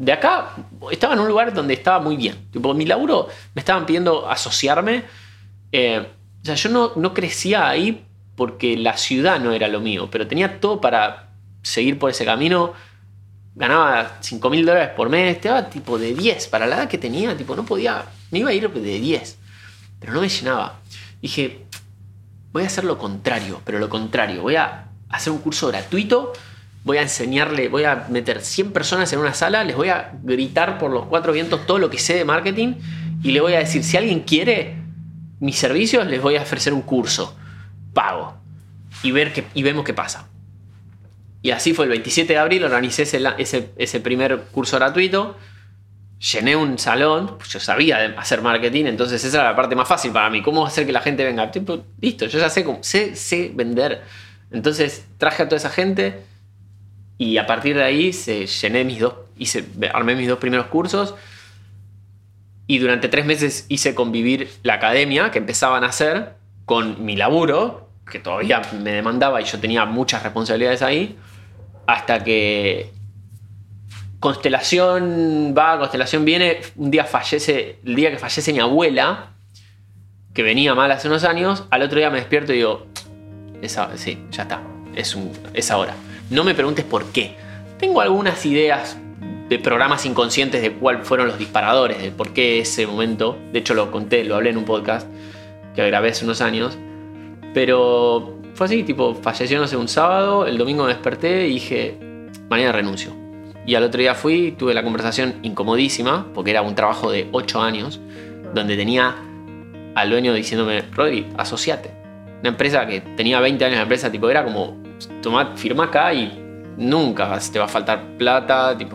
de acá estaba en un lugar donde estaba muy bien. Tipo, mi laburo me estaban pidiendo asociarme. O sea, yo no crecía ahí porque la ciudad no era lo mío, pero tenía todo para seguir por ese camino. Ganaba $5.000 por mes, estaba tipo de 10. Para la edad que tenía, tipo, no podía, me iba a ir de 10, pero no me llenaba. Dije, voy a hacer lo contrario, pero lo contrario. Voy a hacer un curso gratuito, voy a enseñarle, voy a meter 100 personas en una sala, les voy a gritar por los 4 vientos todo lo que sé de marketing y le voy a decir, si alguien quiere mis servicios, les voy a ofrecer un curso pago y vemos qué pasa. Y así fue. El 27 de abril organicé ese primer curso gratuito, llené un salón, pues yo sabía hacer marketing, entonces esa era la parte más fácil para mí. ¿Cómo hacer que la gente venga? Tipo, listo, yo ya sé vender. Entonces traje a toda esa gente y a partir de ahí armé mis 2 primeros cursos y durante 3 meses hice convivir la academia que empezaban a hacer con mi laburo, que todavía me demandaba y yo tenía muchas responsabilidades ahí, hasta que constelación va, constelación viene. Un día el día que fallece mi abuela, que venía mal hace unos años, al otro día me despierto y digo, sí, ya está, es ahora. No me preguntes por qué. Tengo algunas ideas de programas inconscientes de cuáles fueron los disparadores, de por qué ese momento. De hecho lo hablé en un podcast que grabé hace unos años. Pero fue así, tipo, falleció, no sé, un sábado, el domingo me desperté y dije, mañana renuncio. Y al otro día tuve la conversación incomodísima, porque era un trabajo de 8 años, donde tenía al dueño diciéndome, Rodri, asociate. Una empresa que tenía 20 años de empresa, tipo, era como, firma acá y nunca te va a faltar plata, tipo.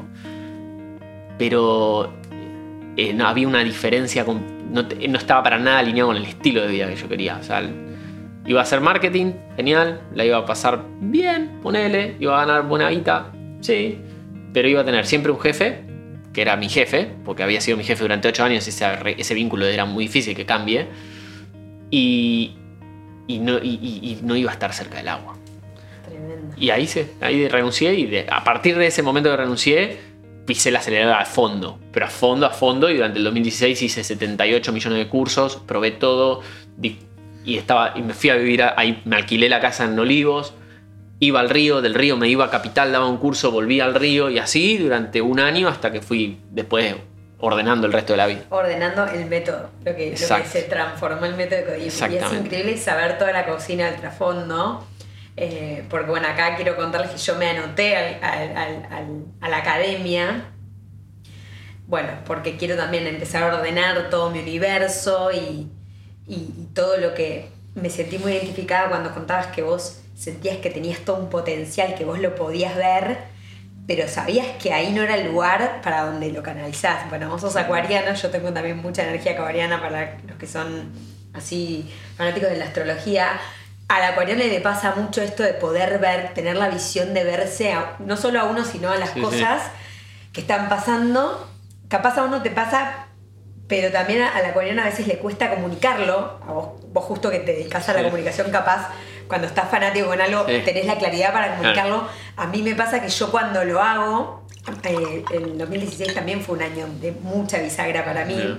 Pero no, había una diferencia, no estaba para nada alineado con el estilo de vida que yo quería. O sea, iba a hacer marketing, genial, la iba a pasar bien, ponele, iba a ganar buena guita, sí, pero iba a tener siempre un jefe, que era mi jefe, porque había sido mi jefe durante 8 años, ese vínculo era muy difícil que cambie, y no iba a estar cerca del agua. Tremendo. Y ahí renuncié, y a partir de ese momento que renuncié, pisé el acelerador a fondo, pero a fondo, y durante el 2016 hice 78 millones de cursos, probé todo, y me fui a vivir ahí, me alquilé la casa en Olivos, iba al río, del río me iba a Capital, daba un curso, volvía al río, y así durante 1 año hasta que fui después ordenando el resto de la vida. Ordenando el método, lo que se transformó el método de Codiem. Y es increíble saber toda la cocina del trasfondo, porque bueno, acá quiero contarles que yo me anoté a la academia, bueno, porque quiero también empezar a ordenar todo mi universo y todo lo que me sentí muy identificada cuando contabas que vos sentías que tenías todo un potencial, que vos lo podías ver, pero sabías que ahí no era el lugar para donde lo canalizás. Bueno, vos sos acuariano, yo tengo también mucha energía acuariana para los que son así fanáticos de la astrología. Al acuariano le pasa mucho esto de poder ver, tener la visión de verse, no solo a uno, sino a las cosas que están pasando. Capaz a uno te pasa, pero también al acuariano a veces le cuesta comunicarlo. A vos justo que te dedicás a la comunicación, capaz cuando estás fanático con algo tenés la claridad para comunicarlo. A mí me pasa que yo cuando lo hago, el 2016 también fue un año de mucha bisagra para mí.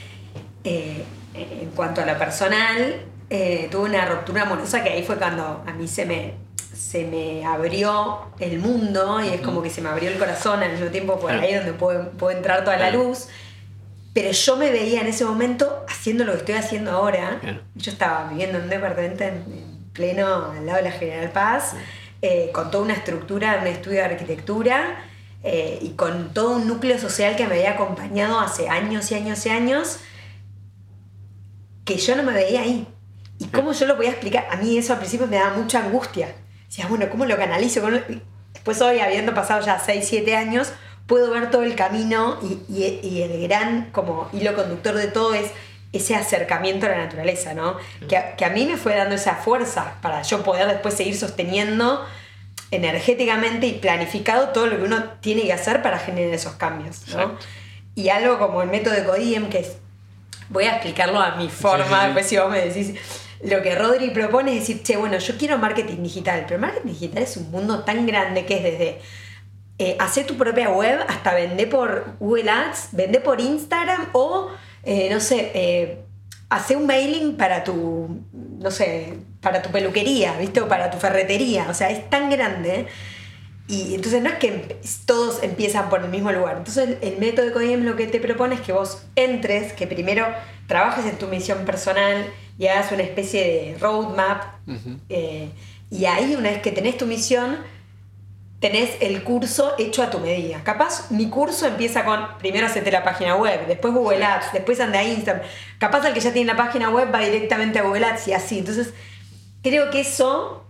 En cuanto a lo personal, tuve una ruptura amorosa que ahí fue cuando a mí se me abrió el mundo y es como que se me abrió el corazón al mismo tiempo, por ahí donde puedo entrar toda la luz. Pero yo me veía en ese momento haciendo lo que estoy haciendo ahora. Yo estaba viviendo en un departamento en pleno al lado de la General Paz, con toda una estructura, un estudio de arquitectura, y con todo un núcleo social que me había acompañado hace años y años y años, que yo no me veía ahí. ¿Y cómo yo lo podía explicar? A mí eso al principio me daba mucha angustia. Decía, bueno, ¿cómo lo canalizo? Después hoy, habiendo pasado ya 6, 7 años, puedo ver todo el camino y el gran como hilo conductor de todo es ese acercamiento a la naturaleza, ¿no? Que a mí me fue dando esa fuerza para yo poder después seguir sosteniendo energéticamente y planificado todo lo que uno tiene que hacer para generar esos cambios, ¿no? Exacto. Y algo como el método de Codiem, que es, voy a explicarlo a mi forma, después si vos me decís, lo que Rodri propone es decir, che, bueno, yo quiero marketing digital, pero marketing digital es un mundo tan grande que es desde hacé tu propia web, hasta vendé por Google Ads, vendé por Instagram o, no sé, hacé un mailing para tu, no sé, para tu peluquería, ¿viste? O para tu ferretería. O sea, es tan grande. Y entonces no es que todos empiezan por el mismo lugar. Entonces el método de Codiem lo que te propone es que vos entres, que primero trabajes en tu misión personal y hagas una especie de roadmap. Y ahí, una vez que tenés tu misión, tenés el curso hecho a tu medida. Capaz mi curso empieza con, primero hacete la página web, después Google Ads, después anda a Instagram. Capaz el que ya tiene la página web va directamente a Google Ads y así. Entonces creo que eso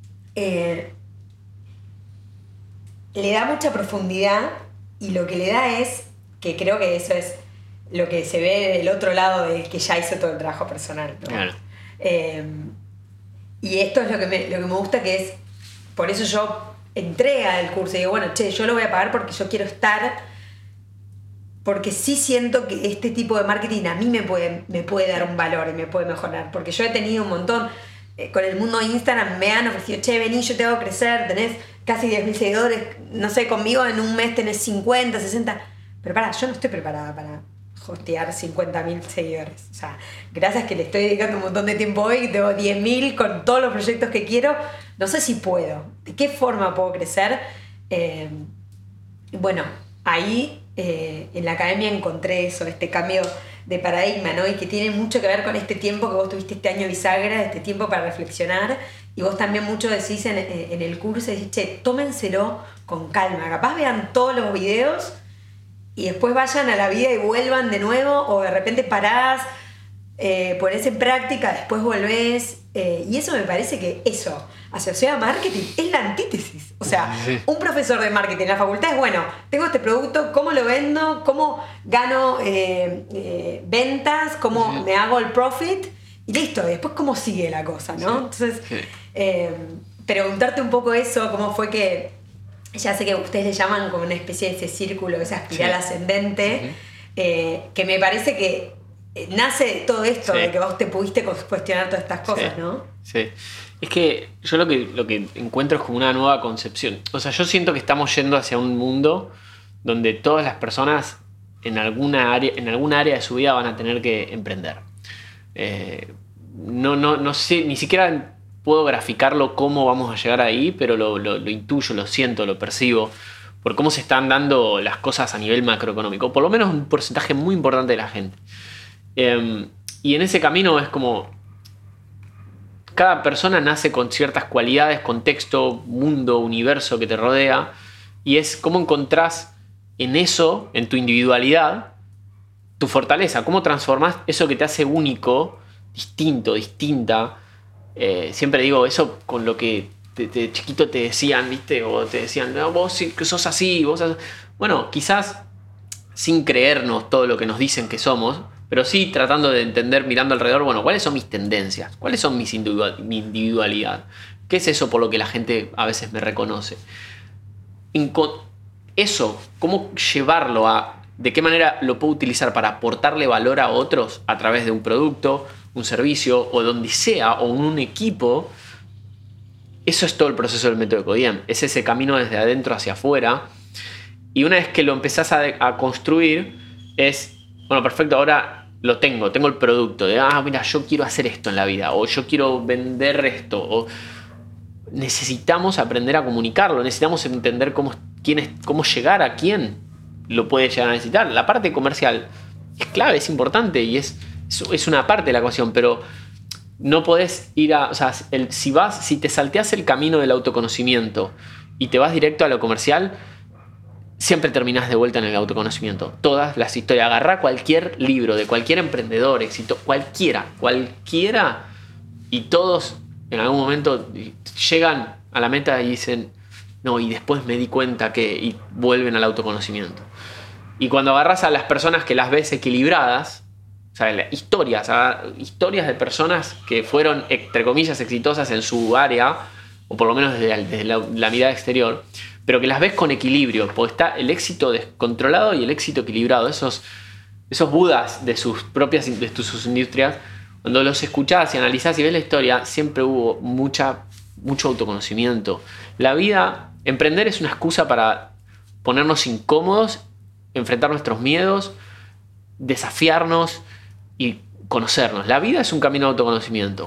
le da mucha profundidad, y lo que le da es que creo que eso es lo que se ve del otro lado de que ya hizo todo el trabajo personal, ¿no? Claro. Y esto es lo que me gusta, que es, por eso yo entré al curso y digo, bueno, yo lo voy a pagar porque yo quiero estar, porque sí siento que este tipo de marketing a mí me puede dar un valor y me puede mejorar, porque yo he tenido un montón, con el mundo de Instagram me han ofrecido, vení, yo te hago crecer, tenés casi 10.000 seguidores, no sé, conmigo en un mes tenés 50, 60, pero yo no estoy preparada para hostear 50.000 seguidores. O sea, gracias que le estoy dedicando un montón de tiempo hoy, tengo 10.000 con todos los proyectos que quiero, no sé si puedo, de qué forma puedo crecer. Bueno, ahí en la academia encontré eso, este cambio de paradigma, ¿no? Y que tiene mucho que ver con este tiempo que vos tuviste este año bisagra, este tiempo para reflexionar, y vos también mucho decís en el curso, decís, tómenselo con calma, capaz vean todos los videos y después vayan a la vida y vuelvan de nuevo, o de repente parás, ponés en práctica, después volvés, y eso me parece que eso, asociado a marketing, es la antítesis. O sea, un profesor de marketing en la facultad es, bueno, tengo este producto, ¿cómo lo vendo? ¿Cómo gano ventas? ¿Cómo me hago el profit? Y listo, después cómo sigue la cosa, ¿no? Entonces, preguntarte un poco eso, cómo fue que, ya sé que ustedes le llaman como una especie de ese círculo, esa espiral ascendente, que me parece que nace de todo esto, de que vos te pudiste cuestionar todas estas cosas, ¿no? Sí. Es que yo lo que encuentro es como una nueva concepción. O sea, yo siento que estamos yendo hacia un mundo donde todas las personas en alguna área de su vida van a tener que emprender. No sé, ni siquiera puedo graficarlo cómo vamos a llegar ahí, pero lo intuyo, lo siento, lo percibo, por cómo se están dando las cosas a nivel macroeconómico, por lo menos un porcentaje muy importante de la gente. Y en ese camino es como cada persona nace con ciertas cualidades, contexto, mundo, universo que te rodea, y es cómo encontrás en eso, en tu individualidad, tu fortaleza, cómo transformás eso que te hace único, distinto, distinta. Siempre digo eso con lo que de chiquito te decían, ¿viste? O te decían, no, vos sos así, vos sos... Bueno, quizás sin creernos todo lo que nos dicen que somos, pero sí tratando de entender, mirando alrededor, bueno, ¿cuáles son mis tendencias? ¿Cuáles son mi individualidad? ¿Qué es eso por lo que la gente a veces me reconoce? Eso, ¿cómo llevarlo a... ¿De qué manera lo puedo utilizar para aportarle valor a otros a través de un producto, un servicio o donde sea, o un equipo? Eso es todo el proceso del método de Codiem. Es ese camino desde adentro hacia afuera. Y una vez que lo empezás a construir, es, bueno, perfecto, ahora lo tengo el producto. De, mira, yo quiero hacer esto en la vida, o yo quiero vender esto, o necesitamos aprender a comunicarlo, necesitamos entender cómo llegar a quién lo puede llegar a necesitar. La parte comercial es clave, es importante y es una parte de la ecuación, pero no podés ir a... O sea, si te salteás el camino del autoconocimiento y te vas directo a lo comercial, siempre terminás de vuelta en el autoconocimiento. Todas las historias. Agarrá cualquier libro de cualquier emprendedor, éxito, cualquiera, y todos en algún momento llegan a la meta y dicen, no, y después me di cuenta que... Y vuelven al autoconocimiento. Y cuando agarrás a las personas que las ves equilibradas, o sea, historias de personas que fueron, entre comillas, exitosas en su área, o por lo menos desde la mirada exterior, pero que las ves con equilibrio, porque está el éxito descontrolado y el éxito equilibrado. Esos budas de sus industrias, cuando los escuchás y analizás y ves la historia, siempre hubo mucho autoconocimiento. La vida, emprender es una excusa para ponernos incómodos, enfrentar nuestros miedos, desafiarnos y conocernos. La vida es un camino de autoconocimiento.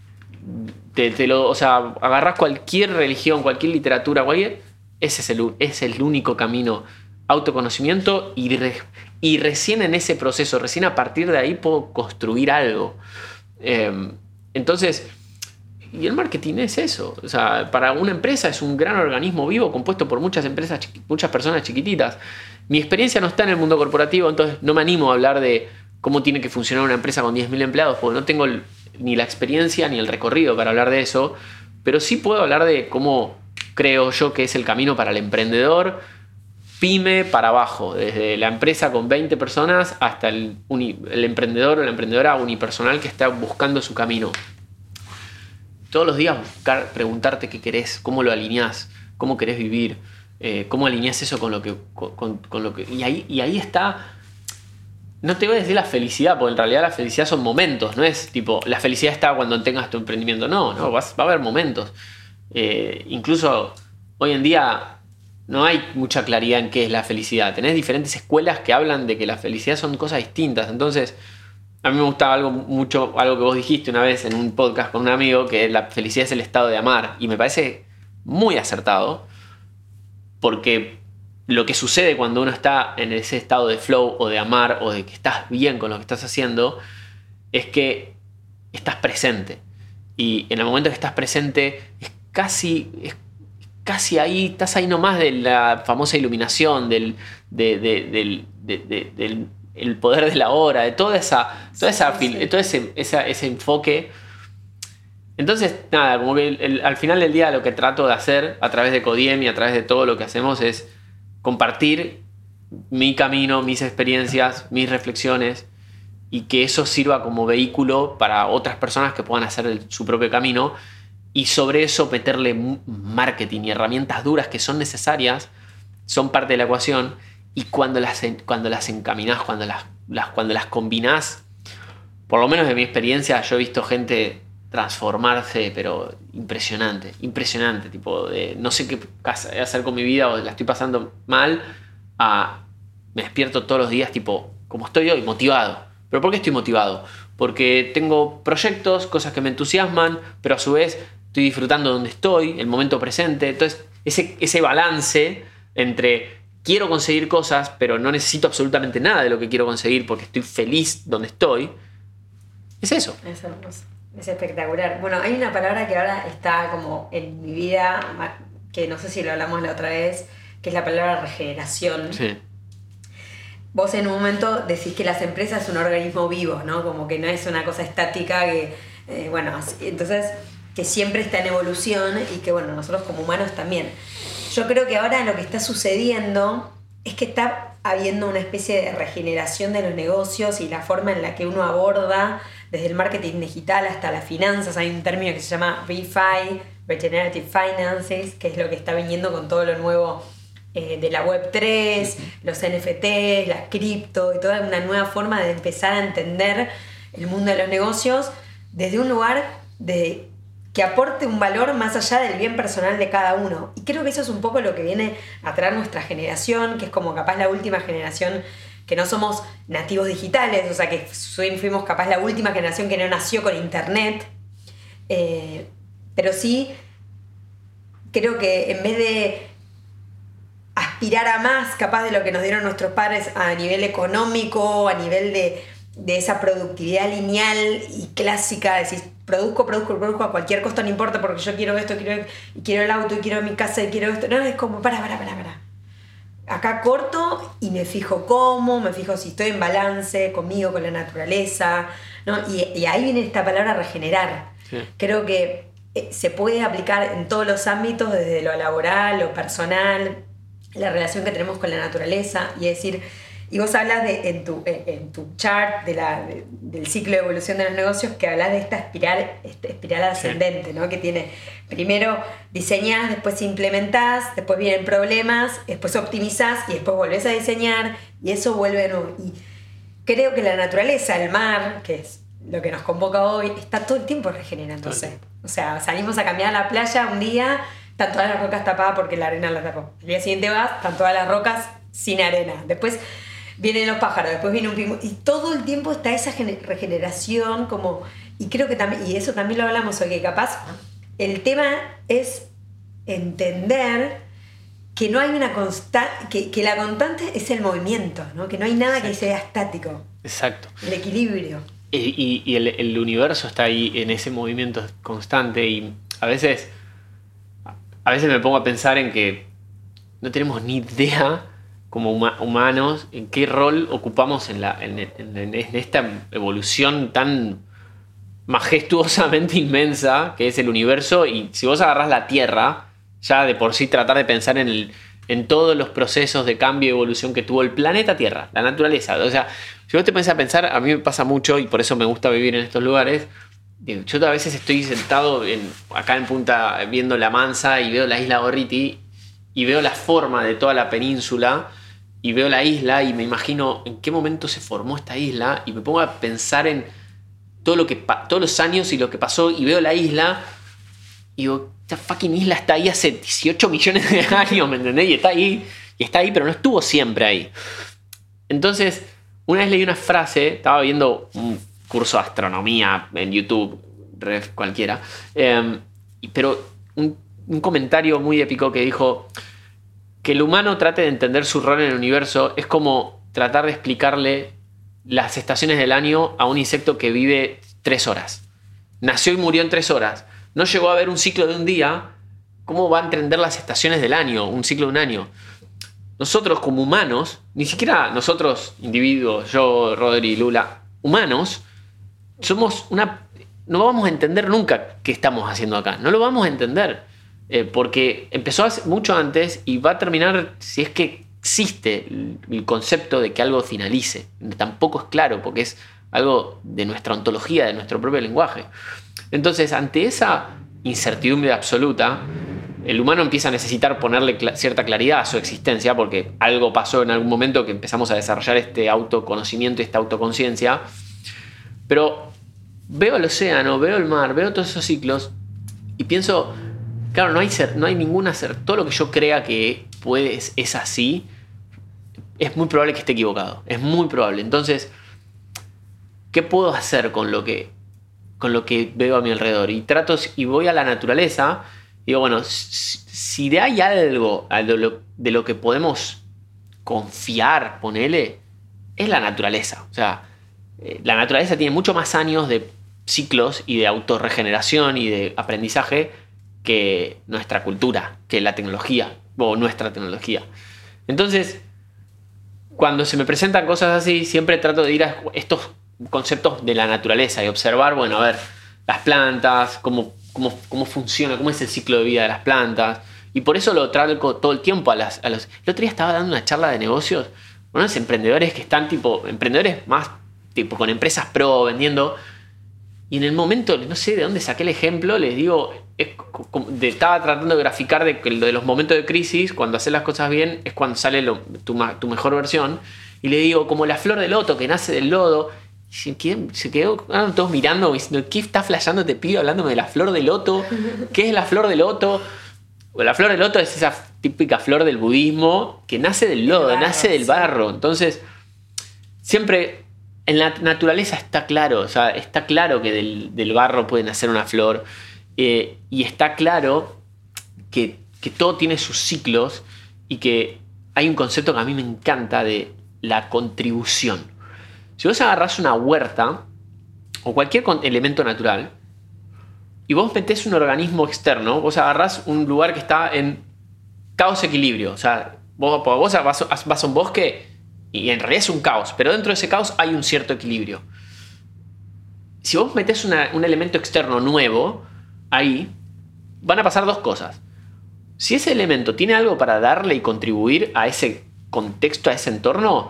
O sea, agarrás cualquier religión, cualquier literatura, ese es el único camino. Autoconocimiento y recién en ese proceso, recién a partir de ahí puedo construir algo. Entonces, y el marketing es eso. O sea, para una empresa es un gran organismo vivo compuesto por muchas personas chiquititas. Mi experiencia no está en el mundo corporativo, entonces no me animo a hablar de cómo tiene que funcionar una empresa con 10.000 empleados, porque no tengo ni la experiencia ni el recorrido para hablar de eso, pero sí puedo hablar de cómo creo yo que es el camino para el emprendedor pyme para abajo, desde la empresa con 20 personas hasta el emprendedor o la emprendedora unipersonal que está buscando su camino. Todos los días preguntarte qué querés, cómo lo alineás, cómo querés vivir, cómo alineás eso con lo que... Y ahí está... No te voy a decir la felicidad, porque en realidad la felicidad son momentos, no es tipo, la felicidad está cuando tengas tu emprendimiento. No, va a haber momentos. Incluso hoy en día no hay mucha claridad en qué es la felicidad. Tenés diferentes escuelas que hablan de que la felicidad son cosas distintas. Entonces, a mí me gustaba algo que vos dijiste una vez en un podcast con un amigo, que la felicidad es el estado de amar. Y me parece muy acertado, porque lo que sucede cuando uno está en ese estado de flow o de amar o de que estás bien con lo que estás haciendo es que estás presente. Y en el momento que estás presente es casi ahí, estás ahí nomás de la famosa iluminación, del el poder de la hora, de todo ese enfoque. Entonces, nada, como que al final del día lo que trato de hacer a través de Codiem y a través de todo lo que hacemos es compartir mi camino, mis experiencias, mis reflexiones, y que eso sirva como vehículo para otras personas que puedan hacer su propio camino, y sobre eso meterle marketing y herramientas duras que son necesarias, son parte de la ecuación, y cuando las encaminás, cuando las combinás, por lo menos de mi experiencia, yo he visto gente transformarse, pero impresionante, tipo de no sé qué hacer con mi vida o la estoy pasando mal, me despierto todos los días tipo como estoy hoy, motivado. ¿Pero por qué estoy motivado? Porque tengo proyectos, cosas que me entusiasman, pero a su vez estoy disfrutando donde estoy, el momento presente. Entonces ese balance entre quiero conseguir cosas, pero no necesito absolutamente nada de lo que quiero conseguir porque estoy feliz donde estoy, es eso. Es hermoso. Es espectacular. Bueno, hay una palabra que ahora está como en mi vida, que no sé si lo hablamos la otra vez, que es la palabra regeneración. Sí. Vos en un momento decís que las empresas son un organismo vivo, ¿no? Como que no es una cosa estática que, entonces, que siempre está en evolución y que, bueno, nosotros como humanos también. Yo creo que ahora lo que está sucediendo es que está habiendo una especie de regeneración de los negocios y la forma en la que uno aborda desde el marketing digital hasta las finanzas. Hay un término que se llama ReFi, Regenerative Finances, que es lo que está viniendo con todo lo nuevo de la Web3, los NFTs, las cripto y toda una nueva forma de empezar a entender el mundo de los negocios desde un lugar que aporte un valor más allá del bien personal de cada uno. Y creo que eso es un poco lo que viene a traer nuestra generación, que es como capaz la última generación que no somos nativos digitales, o sea que fuimos capaz la última generación que no nació con internet, pero sí creo que en vez de aspirar a más capaz de lo que nos dieron nuestros padres a nivel económico, a nivel de esa productividad lineal y clásica, decir produzco a cualquier costo, no importa porque yo quiero esto, quiero el auto, y quiero mi casa y quiero esto, no, es como para. Acá corto y me fijo si estoy en balance conmigo, con la naturaleza, ¿no? Y ahí viene esta palabra regenerar. Sí. Creo que se puede aplicar en todos los ámbitos, desde lo laboral, lo personal, la relación que tenemos con la naturaleza, y es decir, y vos hablas en tu chart del ciclo de evolución de los negocios, que hablas de esta espiral ascendente, ¿no? Que tiene, primero diseñás, después implementás, después vienen problemas, después optimizás y después volvés a diseñar y eso vuelve de nuevo. Y creo que la naturaleza, el mar, que es lo que nos convoca hoy, está todo el tiempo regenerándose. O sea, salimos a caminar a la playa un día están todas las rocas tapadas porque la arena la tapó. El día siguiente vas, están todas las rocas sin arena. Después vienen los pájaros, después viene un pingüino. Y todo el tiempo está esa regeneración como... Y creo que también, y eso también lo hablamos hoy, que capaz el tema es entender que no hay una constante, que la constante es el movimiento, ¿no? Que no hay nada que sea estático. Exacto. El equilibrio. Y el universo está ahí en ese movimiento constante y a veces me pongo a pensar en que no tenemos ni idea como humanos en qué rol ocupamos en esta evolución tan majestuosamente inmensa que es el universo. Y si vos agarrás la Tierra, ya de por sí tratar de pensar en todos los procesos de cambio y evolución que tuvo el planeta Tierra, la naturaleza. O sea, si vos te pones a pensar, a mí me pasa mucho y por eso me gusta vivir en estos lugares. Yo a veces estoy sentado acá en Punta viendo La Mansa y veo la isla Gorriti y veo la forma de toda la península y veo la isla y me imagino en qué momento se formó esta isla y me pongo a pensar en todos los años y lo que pasó y veo la isla y digo, esta fucking isla está ahí hace 18 millones de años, ¿me entendés? Y está ahí, pero no estuvo siempre ahí. Entonces, una vez leí una frase, estaba viendo un curso de astronomía en YouTube, cualquiera, pero un comentario muy épico que dijo que el humano trate de entender su rol en el universo es como tratar de explicarle las estaciones del año a un insecto que vive 3 horas. Nació y murió en 3 horas. No llegó a ver un ciclo de un día. ¿Cómo va a entender las estaciones del año, un ciclo de un año? Nosotros como humanos, ni siquiera nosotros, individuos, yo, Rodri, Lula, humanos, no vamos a entender nunca qué estamos haciendo acá. No lo vamos a entender. Porque empezó mucho antes y va a terminar si es que existe el concepto de que algo finalice. Tampoco es claro porque es algo de nuestra ontología, de nuestro propio lenguaje. Entonces, ante esa incertidumbre absoluta, el humano empieza a necesitar ponerle cierta claridad a su existencia porque algo pasó en algún momento que empezamos a desarrollar este autoconocimiento, esta autoconciencia. Pero veo el océano, veo el mar, veo todos esos ciclos y pienso, claro, no hay ninguna todo lo que yo crea que es así, es muy probable que esté equivocado. Es muy probable. Entonces, ¿qué puedo hacer con lo que veo a mi alrededor? Y voy a la naturaleza y digo, bueno, si hay algo de lo que podemos confiar, ponele, es la naturaleza. O sea, la naturaleza tiene mucho más años de ciclos y de autorregeneración y de aprendizaje que nuestra cultura, que la tecnología o nuestra tecnología. Entonces, cuando se me presentan cosas así, siempre trato de ir a estos conceptos de la naturaleza y observar, bueno, a ver, las plantas, cómo funciona, cómo es el ciclo de vida de las plantas. Y por eso lo traigo todo el tiempo a los... El otro día estaba dando una charla de negocios con unos emprendedores que están emprendedores más con empresas pro, vendiendo. Y en el momento, no sé de dónde saqué el ejemplo, les digo, estaba tratando de graficar de los momentos de crisis, cuando haces las cosas bien, es cuando sale tu mejor versión. Y le digo, como la flor de loto que nace del lodo. Y se quedó todos mirando, diciendo, ¿qué está flasheando este pibe hablándome de la flor de loto? ¿Qué es la flor de loto? La flor de loto es esa típica flor del budismo que nace del lodo, nace del barro. Entonces, siempre... En la naturaleza está claro, o sea, está claro que del barro puede nacer una flor y está claro que todo tiene sus ciclos y que hay un concepto que a mí me encanta de la contribución. Si vos agarrás una huerta o cualquier elemento natural y vos metés un organismo externo, vos agarrás un lugar que está en caos equilibrio, o sea, vos vas a un bosque y en realidad es un caos, pero dentro de ese caos hay un cierto equilibrio. Si vos metés un elemento externo nuevo, ahí van a pasar dos cosas. Si ese elemento tiene algo para darle y contribuir a ese contexto, a ese entorno,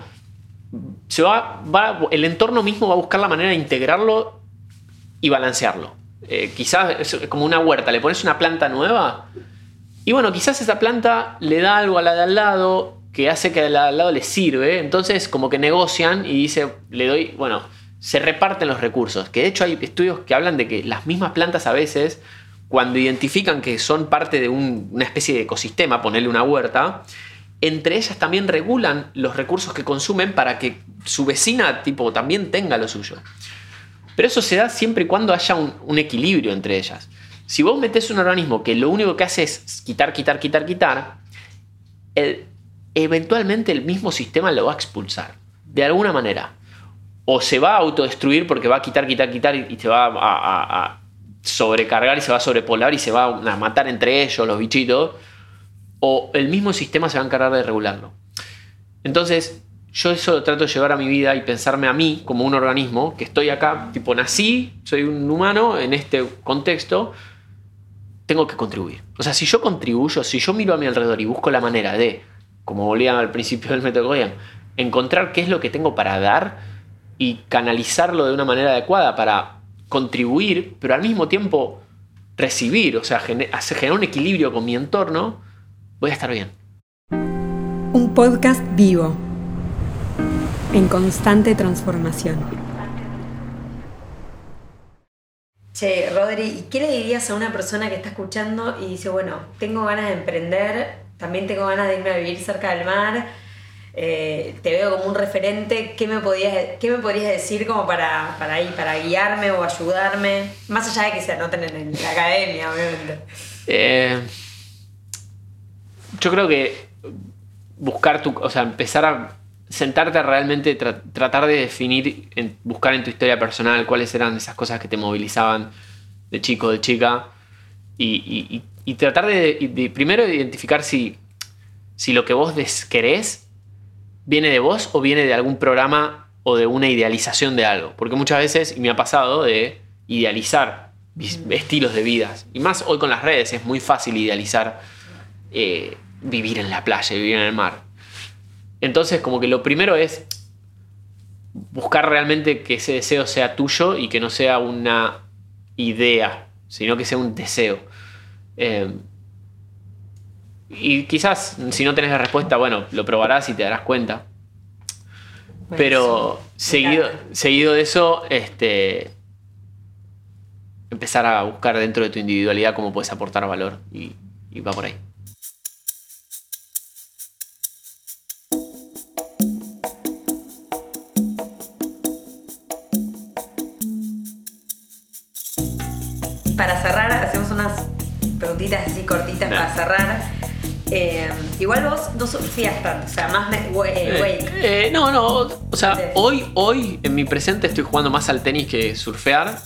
el entorno mismo va a buscar la manera de integrarlo y balancearlo. Quizás es como una huerta, le pones una planta nueva y bueno, quizás esa planta le da algo a la de al lado que hace que al lado le sirve, entonces como que negocian y dice, se reparten los recursos, que de hecho hay estudios que hablan de que las mismas plantas a veces, cuando identifican que son parte de una especie de ecosistema, ponerle una huerta, entre ellas también regulan los recursos que consumen para que su vecina tipo, también tenga lo suyo. Pero eso se da siempre y cuando haya un equilibrio entre ellas. Si vos metés un organismo que lo único que hace es quitar, eventualmente el mismo sistema lo va a expulsar, de alguna manera. O se va a autodestruir porque va a quitar y se va a sobrecargar y se va a sobrepoblar y se va a matar entre ellos los bichitos, o el mismo sistema se va a encargar de regularlo. Entonces, yo eso trato de llevar a mi vida y pensarme a mí como un organismo, que estoy acá, tipo nací, soy un humano en este contexto, tengo que contribuir. O sea, si yo contribuyo, si yo miro a mi alrededor y busco la manera de, como volvíamos al principio del método Goyan, encontrar qué es lo que tengo para dar y canalizarlo de una manera adecuada para contribuir, pero al mismo tiempo recibir, o sea, generar un equilibrio con mi entorno, voy a estar bien. Un podcast vivo, en constante transformación. Che, Rodri, ¿y qué le dirías a una persona que está escuchando y dice, bueno, tengo ganas de emprender, también tengo ganas de irme a vivir cerca del mar, te veo como un referente, ¿qué me podrías decir como para guiarme o ayudarme? Más allá de que se anoten en la academia, obviamente. Yo creo que empezar a sentarte a realmente tratar de definir, buscar en tu historia personal cuáles eran esas cosas que te movilizaban de chico, de chica, y tratar de primero identificar si lo que vos querés viene de vos o viene de algún programa o de una idealización de algo. Porque muchas veces, y me ha pasado, de idealizar estilos de vida. Y más hoy con las redes es muy fácil idealizar vivir en la playa, vivir en el mar. Entonces, como que lo primero es buscar realmente que ese deseo sea tuyo y que no sea una idea, sino que sea un deseo. Y quizás, si no tenés la respuesta, bueno, lo probarás y te darás cuenta. Bueno, pero seguido de eso, empezar a buscar dentro de tu individualidad cómo puedes aportar valor y va por ahí. Para cerrar, hacemos unas preguntitas así cortitas para cerrar. Igual vos no surfías tanto, o sea, más wake. No, o sea, hoy en mi presente estoy jugando más al tenis que surfear.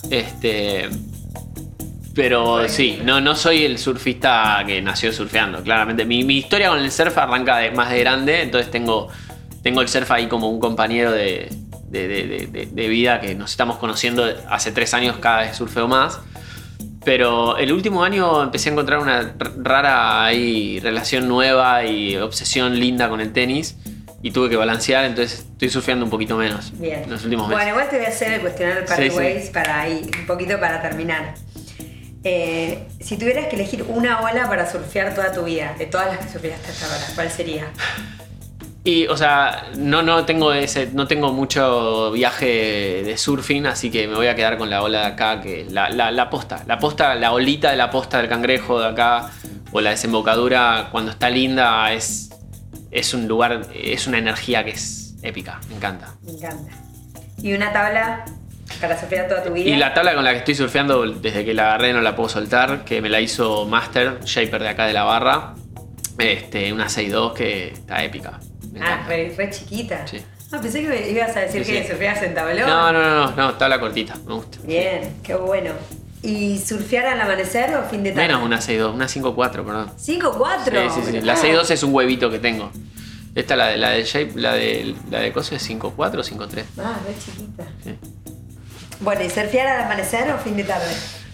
Pero sí, no soy el surfista que nació surfeando, claramente. Mi historia con el surf arranca más de grande, entonces tengo el surf ahí como un compañero de vida que nos estamos conociendo hace 3 años, cada vez surfeo más. Pero el último año empecé a encontrar una rara ahí relación nueva y obsesión linda con el tenis y tuve que balancear, entonces estoy surfeando un poquito menos. Bien. En los últimos meses. Bueno, igual te voy a hacer el cuestionario Pathways para ahí, un poquito para terminar. Si tuvieras que elegir una ola para surfear toda tu vida, de todas las que surfeaste hasta ahora, ¿cuál sería? Y, o sea, no tengo mucho viaje de surfing, así que me voy a quedar con la ola de acá, que la posta, la olita de la posta del Cangrejo de acá, o la desembocadura, cuando está linda, es un lugar, es una energía que es épica, me encanta. Me encanta. ¿Y una tabla para surfear toda tu vida? Y la tabla con la que estoy surfeando, desde que la agarré no la puedo soltar, que me la hizo Master, Shaper de acá de la barra, una 6.2 que está épica. Re chiquita. Sí. Pensé que ibas a decir que surfeabas en tablón. No, tabla cortita, me gusta. Bien, sí. Qué bueno. ¿Y surfear al amanecer o fin de tarde? Menos una 6.2, una 5.4, perdón. ¿5.4? Sí. La 6.2 es un huevito que tengo. Esta, la de Shape, la de Coso es 5.4 o 5.3. Re chiquita. Sí. Bueno, ¿y surfear al amanecer o fin de tarde?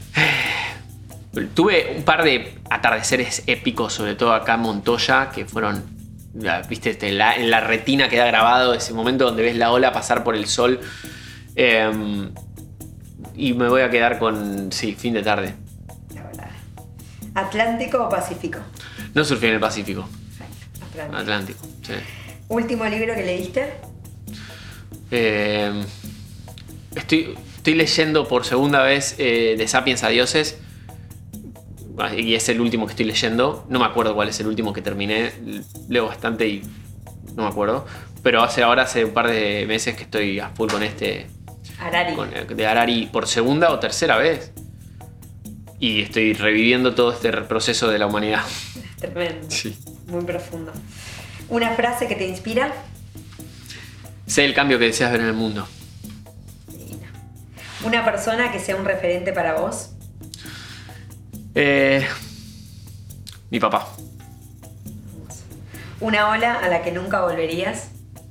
Tuve un par de atardeceres épicos, sobre todo acá en Montoya, que fueron... ¿Viste? En la retina queda grabado ese momento donde ves la ola pasar por el sol. Y me voy a quedar con, fin de tarde. ¿Atlántico o Pacífico? No surfé en el Pacífico. Atlántico, sí. ¿Último libro que leíste? Estoy leyendo por segunda vez de Sapiens a Dioses. y es el último que estoy leyendo. No me acuerdo cuál es el último que terminé. Leo bastante y no me acuerdo. Pero hace un par de meses que estoy a full con Harari. De Harari por segunda o tercera vez. Y estoy reviviendo todo este proceso de la humanidad. Tremendo. Sí. Muy profundo. ¿Una frase que te inspira? Sé el cambio que deseas ver en el mundo. Divina. ¿Una persona que sea un referente para vos? Mi papá. ¿Una ola a la que nunca volverías?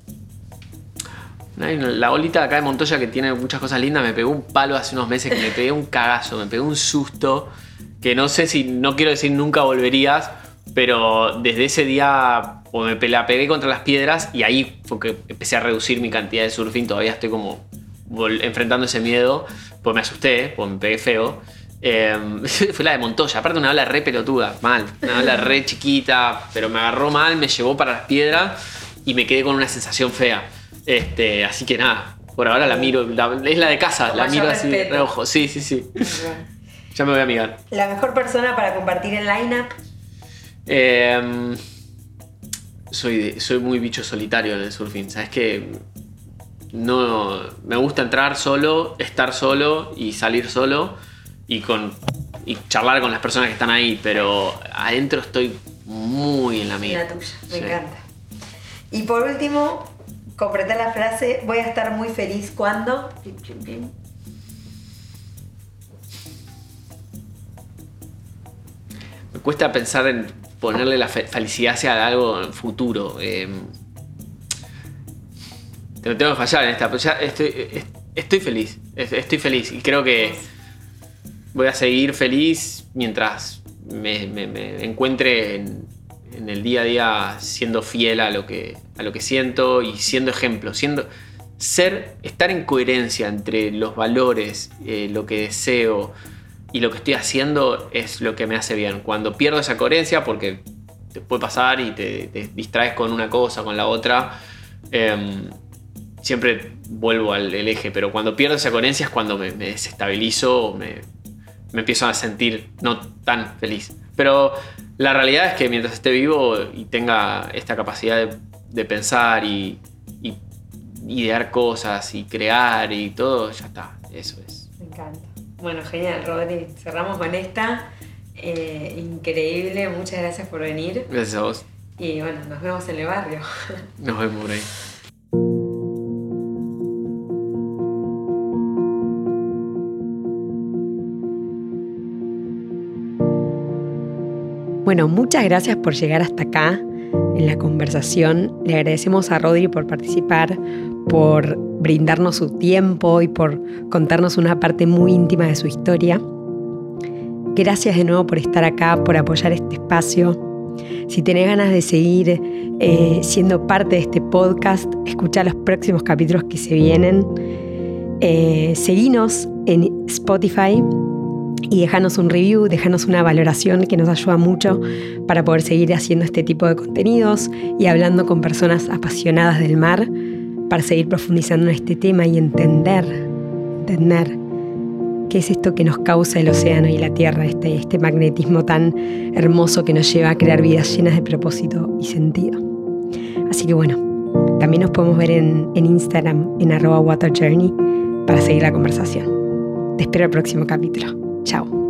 La olita de acá de Montoya, que tiene muchas cosas lindas, me pegó un palo hace unos meses, que me pegué un cagazo, me pegó un susto, que no sé si, no quiero decir nunca volverías, pero desde ese día la pegué contra las piedras y ahí fue que empecé a reducir mi cantidad de surfing. Todavía estoy como enfrentando ese miedo, pues me asusté, pues me pegué feo. Fue la de Montoya, aparte una ola re pelotuda, mal, una ola re chiquita, pero me agarró mal, me llevó para las piedras y me quedé con una sensación fea. Así que nada, por ahora la miro, es la de casa, Con la miro así de respeto. reojo. Sí. Ya me voy a amigar. ¿La mejor persona para compartir el line-up? Soy muy bicho solitario en el surfing. Sabes que no me gusta entrar solo, estar solo y salir solo y charlar con las personas que están ahí, pero adentro estoy muy en la mía. La tuya, me encanta. Y por último, completar la frase, voy a estar muy feliz cuando... Me cuesta pensar en ponerle la felicidad hacia algo en futuro. Tengo que fallar en esta, pero ya estoy feliz. Estoy feliz y creo que voy a seguir feliz mientras me encuentre en el día a día siendo fiel a lo que siento y siendo ejemplo. Estar en coherencia entre los valores, lo que deseo y lo que estoy haciendo es lo que me hace bien. Cuando pierdo esa coherencia, porque te puede pasar y te distraes con una cosa, con la otra, siempre vuelvo al eje, pero cuando pierdo esa coherencia es cuando me desestabilizo, me empiezo a sentir no tan feliz. Pero la realidad es que mientras esté vivo y tenga esta capacidad de pensar y idear cosas y crear y todo, ya está, eso es. Me encanta. Bueno, genial, Rodri. Cerramos con esta. Increíble, muchas gracias por venir. Gracias a vos. Y bueno, nos vemos en el barrio. Nos vemos por ahí. Bueno, muchas gracias por llegar hasta acá en la conversación. Le agradecemos a Rodri por participar, por brindarnos su tiempo y por contarnos una parte muy íntima de su historia. Gracias de nuevo por estar acá, por apoyar este espacio. Si tenés ganas de seguir siendo parte de este podcast, escuchá los próximos capítulos que se vienen. Seguinos en Spotify y déjanos un review, déjanos una valoración que nos ayuda mucho para poder seguir haciendo este tipo de contenidos y hablando con personas apasionadas del mar para seguir profundizando en este tema y entender qué es esto que nos causa el océano y la tierra, este magnetismo tan hermoso que nos lleva a crear vidas llenas de propósito y sentido. Así que bueno, también nos podemos ver en Instagram en @waterjourney para seguir la conversación. Te espero el próximo capítulo. Chao.